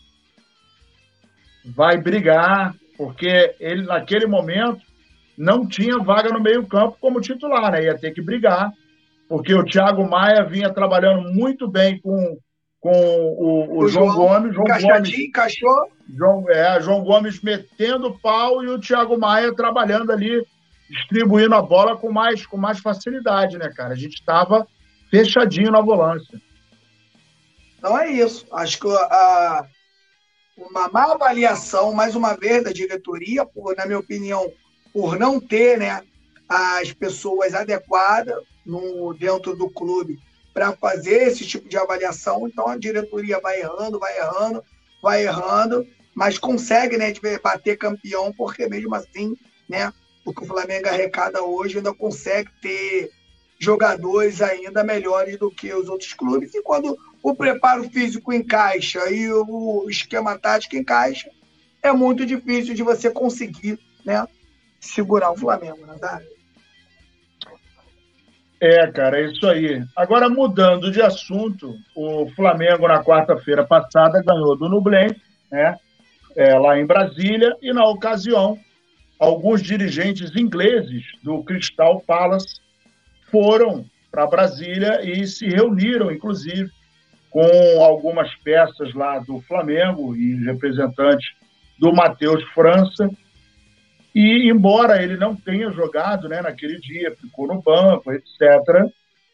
A: Vai brigar, porque ele, naquele momento, não tinha vaga no meio-campo como titular, né? Ia ter que brigar, porque o Thiago Maia vinha trabalhando muito bem com, com o, o, o João, João Gomes. João
B: Gomes encaixou.
A: João, é, João Gomes metendo pau e o Thiago Maia trabalhando ali, distribuindo a bola com mais, com mais facilidade, né, cara? A gente estava fechadinho na volância.
B: Então é isso. Acho que a, uma má avaliação, mais uma vez, da diretoria, por, na minha opinião, por não ter, né, as pessoas adequadas no, dentro do clube para fazer esse tipo de avaliação. Então a diretoria vai errando, vai errando, vai errando, mas consegue, né, de bater campeão, porque mesmo assim, né, o que o Flamengo arrecada hoje ainda consegue ter jogadores ainda melhores do que os outros clubes. E quando o preparo físico encaixa e o esquema tático encaixa, é muito difícil de você conseguir, né, segurar o Flamengo, né, tá?
A: É, cara, é isso aí. Agora, mudando de assunto, o Flamengo, na quarta-feira passada, ganhou do Nublense, né, é, lá em Brasília, e, na ocasião, alguns dirigentes ingleses do Crystal Palace foram para Brasília e se reuniram, inclusive, com algumas peças lá do Flamengo e representantes do Matheus França. E, embora ele não tenha jogado, né, naquele dia, ficou no banco, etcétera,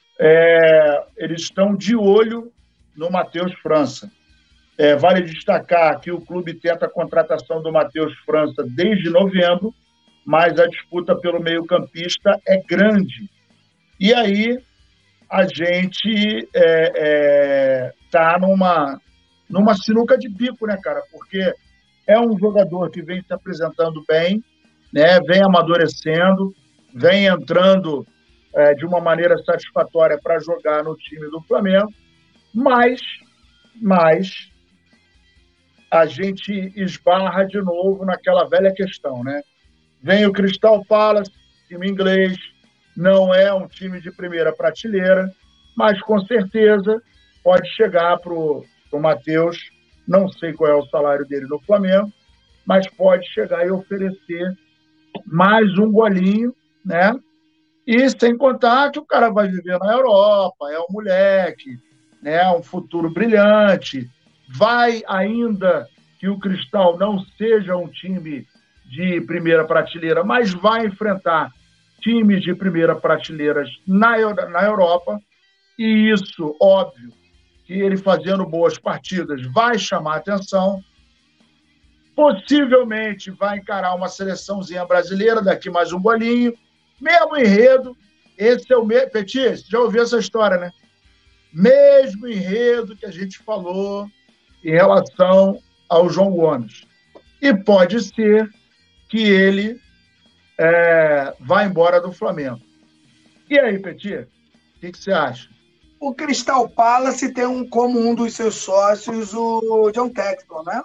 A: é, eles estão de olho no Matheus França. É, vale destacar que o clube tenta a contratação do Matheus França desde novembro, mas a disputa pelo meio-campista é grande. E aí a gente está é, é, tá numa, numa sinuca de bico, né, cara? Porque é um jogador que vem se apresentando bem, né? Vem amadurecendo, vem entrando é, de uma maneira satisfatória para jogar no time do Flamengo, mas, mas a gente esbarra de novo naquela velha questão, né? Vem o Crystal Palace, time inglês, não é um time de primeira prateleira, mas com certeza pode chegar para o Matheus, não sei qual é o salário dele no Flamengo, mas pode chegar e oferecer mais um golinho, né? E sem contar que o cara vai viver na Europa, é um moleque, né? Um futuro brilhante, vai ainda que o Cristal não seja um time de primeira prateleira, mas vai enfrentar times de primeira prateleira na, na Europa, e isso, óbvio, que ele fazendo boas partidas vai chamar atenção, possivelmente vai encarar uma seleçãozinha brasileira, daqui mais um bolinho, mesmo enredo, esse é o mesmo... Petit, já ouviu essa história, né? Mesmo enredo que a gente falou em relação ao João Gomes. E pode ser que ele é, vá embora do Flamengo. E aí, Petit, o que, que você acha?
B: O Crystal Palace tem um, como um dos seus sócios o John Textor, né?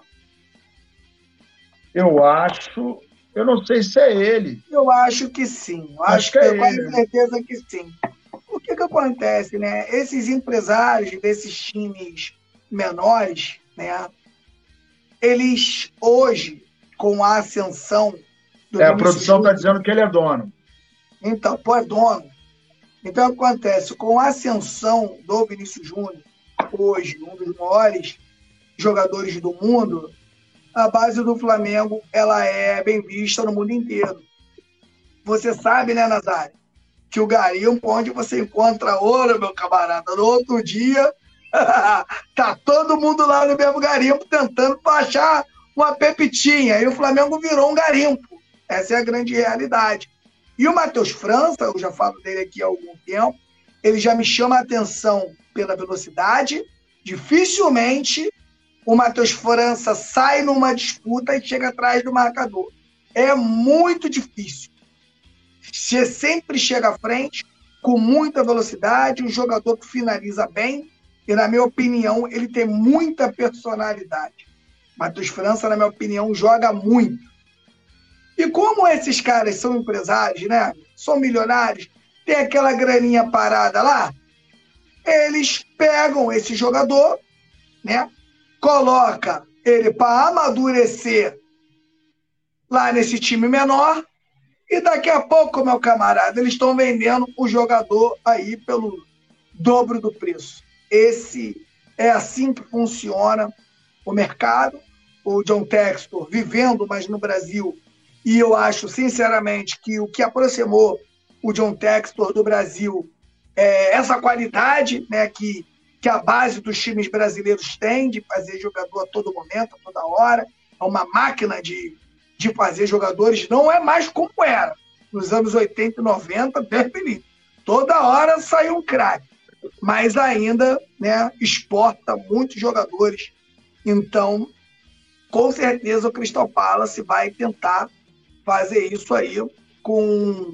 A: Eu acho... Eu não sei se é ele.
B: Eu acho que sim. Eu acho, acho que, que é eu tenho certeza que sim. O que que acontece, né? Esses empresários desses times menores, né? Eles, hoje, com a ascensão do
A: É, a produção está dizendo que ele é dono.
B: Então, pô, é dono. Então, acontece, com a ascensão do Vinícius Júnior, hoje, um dos maiores jogadores do mundo, a base do Flamengo ela é bem vista no mundo inteiro. Você sabe, né, Nazário, que o garimpo, onde você encontra ouro, meu camarada, no outro dia, tá todo mundo lá no mesmo garimpo tentando achar uma pepitinha. E o Flamengo virou um garimpo. Essa é a grande realidade. E o Matheus França, eu já falo dele aqui há algum tempo, ele já me chama a atenção pela velocidade. Dificilmente o Matheus França sai numa disputa e chega atrás do marcador. É muito difícil. sempre chega à frente, com muita velocidade, um jogador que finaliza bem, e, na minha opinião, ele tem muita personalidade. Matheus França, na minha opinião, joga muito. E como esses caras são empresários, né? São milionários, tem aquela graninha parada lá, eles pegam esse jogador, né? Coloca ele para amadurecer lá nesse time menor, e daqui a pouco, meu camarada, eles estão vendendo o jogador aí pelo dobro do preço. Esse é assim que funciona o mercado. O John Textor vivendo mais no Brasil, e eu acho, sinceramente, que o que aproximou o John Textor do Brasil é essa qualidade, né, que, que a base dos times brasileiros tem de fazer jogador a todo momento, a toda hora. É uma máquina de, de fazer jogadores, não é mais como era. Nos anos oitenta e noventa, Deus, toda hora saiu um craque, mas ainda, né, exporta muitos jogadores. Então, com certeza o Crystal Palace vai tentar fazer isso aí com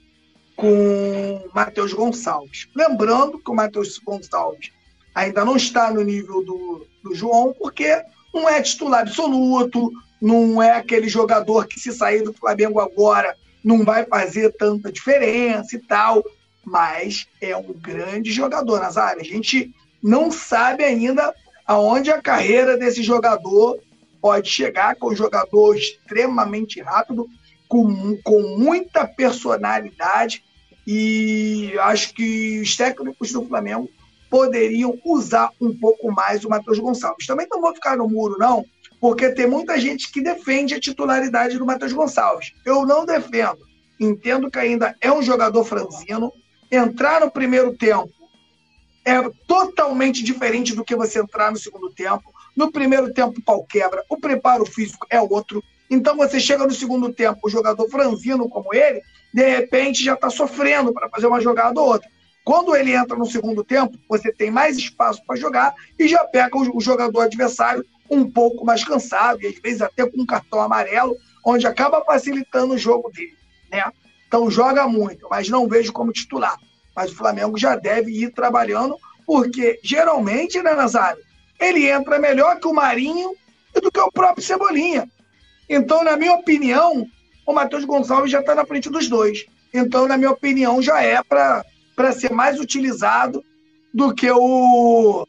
B: com Matheus Gonçalves. Lembrando que o Matheus Gonçalves ainda não está no nível do, do João, porque não é titular absoluto, não é aquele jogador que, se sair do Flamengo agora, não vai fazer tanta diferença e tal, mas é um grande jogador, Nazário. A gente não sabe ainda aonde a carreira desse jogador pode chegar, com um jogador extremamente rápido, com, com muita personalidade, e acho que os técnicos do Flamengo poderiam usar um pouco mais o Matheus Gonçalves. Também não vou ficar no muro, não, porque tem muita gente que defende a titularidade do Matheus Gonçalves. Eu não defendo. Entendo que ainda é um jogador franzino. Entrar no primeiro tempo é totalmente diferente do que você entrar no segundo tempo. No primeiro tempo, o pau quebra, o preparo físico é outro. Então, você chega no segundo tempo, o jogador franzino como ele, de repente já está sofrendo para fazer uma jogada ou outra. Quando ele entra no segundo tempo, você tem mais espaço para jogar e já pega o jogador adversário um pouco mais cansado, e às vezes até com um cartão amarelo, onde acaba facilitando o jogo dele, né? Então, joga muito, mas não vejo como titular. Mas o Flamengo já deve ir trabalhando, porque geralmente, né, Nazário, ele entra melhor que o Marinho e do que o próprio Cebolinha. Então, na minha opinião, o Matheus Gonçalves já está na frente dos dois. Então, na minha opinião, já é para ser mais utilizado do que o,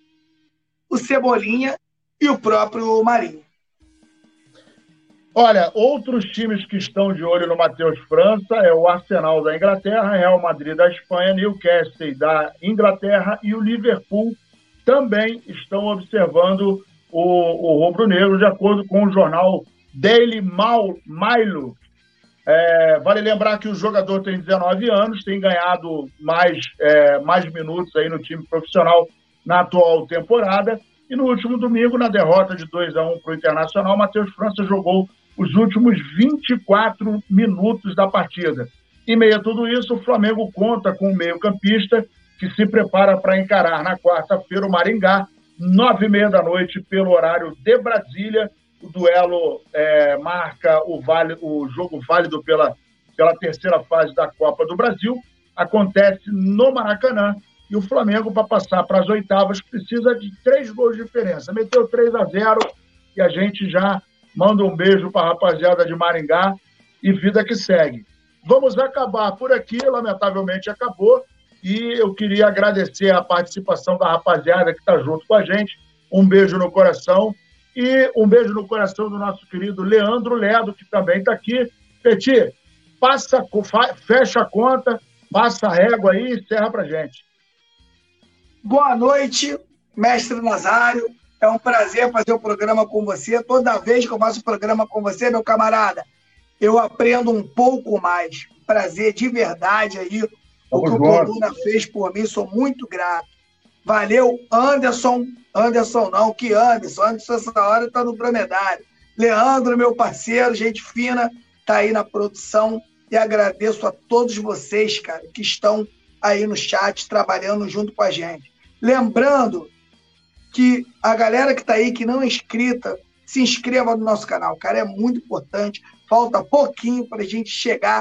B: o Cebolinha e o próprio Marinho.
A: Olha, outros times que estão de olho no Matheus França é o Arsenal da Inglaterra, Real Madrid da Espanha, Newcastle da Inglaterra e o Liverpool também estão observando o, o rubro-negro, de acordo com o jornal Daily Mail. É, vale lembrar que o jogador tem dezenove anos, tem ganhado mais, é, mais minutos aí no time profissional na atual temporada, e no último domingo, na derrota de dois a um para o Internacional, Matheus França jogou os últimos vinte e quatro minutos da partida. Em meio a tudo isso, o Flamengo conta com um meio-campista que se prepara para encarar na quarta-feira o Maringá, nove e meia da noite, pelo horário de Brasília. O duelo é, marca o, vale, o jogo válido pela, pela terceira fase da Copa do Brasil. Acontece no Maracanã, e o Flamengo, para passar para as oitavas, precisa de três gols de diferença. Meteu três a zero e a gente já manda um beijo para a rapaziada de Maringá e vida que segue. Vamos acabar por aqui, lamentavelmente acabou, e eu queria agradecer a participação da rapaziada que está junto com a gente. Um beijo no coração. E um beijo no coração do nosso querido Leandro Ledo, que também está aqui. Peti, passa, fecha a conta, passa a régua aí e encerra para gente.
B: Boa noite, mestre Nazário. É um prazer fazer o programa com você. Toda vez que eu faço o programa com você, meu camarada, eu aprendo um pouco mais. Prazer de verdade aí. O que o Coluna fez por mim, sou muito grato. Valeu, Anderson. Anderson não, que Anderson. Anderson, essa hora está no dromedário. Leandro, meu parceiro, gente fina, está aí na produção. E agradeço a todos vocês, cara, que estão aí no chat, trabalhando junto com a gente. Lembrando que a galera que está aí, que não é inscrita, se inscreva no nosso canal, cara, é muito importante. Falta pouquinho para a gente chegar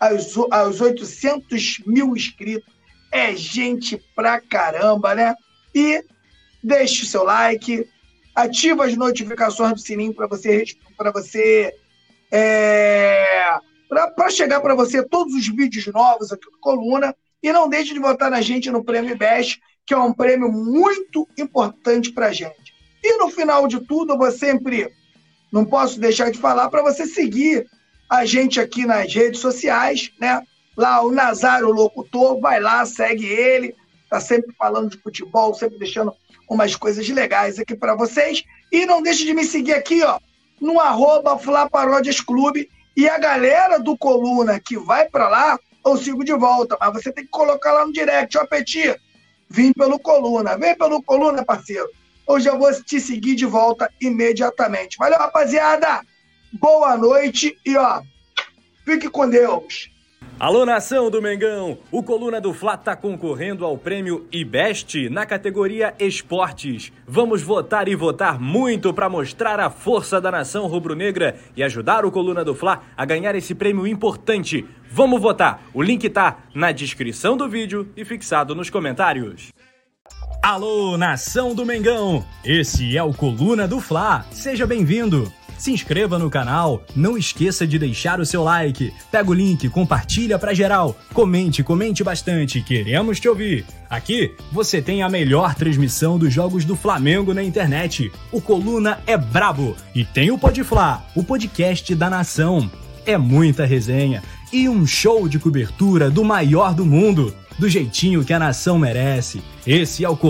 B: aos, aos oitocentos mil inscritos. É gente pra caramba, né? E deixe o seu like, ativa as notificações do sininho para você, para você é, para chegar para você todos os vídeos novos aqui do Coluna. E não deixe de votar na gente no Prêmio Best, que é um prêmio muito importante para a gente. E no final de tudo, eu vou sempre, não posso deixar de falar, para você seguir a gente aqui nas redes sociais, né? Lá o Nazário Locutor, vai lá, segue ele, tá sempre falando de futebol, sempre deixando umas coisas legais aqui para vocês. E não deixe de me seguir aqui, ó, no arroba Fla Paródias Clube. E a galera do Coluna que vai para lá, eu sigo de volta, mas você tem que colocar lá no direct, ó, Petit, vim pelo Coluna, vem pelo Coluna, parceiro. Hoje eu vou te seguir de volta imediatamente. Valeu, rapaziada, boa noite e, ó, fique com Deus.
C: Alô, nação do Mengão! O Coluna do Fla tá concorrendo ao prêmio IBEST na categoria Esportes. Vamos votar e votar muito para mostrar a força da nação rubro-negra e ajudar o Coluna do Fla a ganhar esse prêmio importante. Vamos votar! O link tá na descrição do vídeo e fixado nos comentários. Alô, nação do Mengão! Esse é o Coluna do Fla. Seja bem-vindo! Se inscreva no canal, não esqueça de deixar o seu like, pega o link, compartilha pra geral, comente, comente bastante, queremos te ouvir. Aqui você tem a melhor transmissão dos jogos do Flamengo na internet. O Coluna é brabo e tem o Podfla, o podcast da nação. É muita resenha e um show de cobertura do maior do mundo, do jeitinho que a nação merece. Esse é o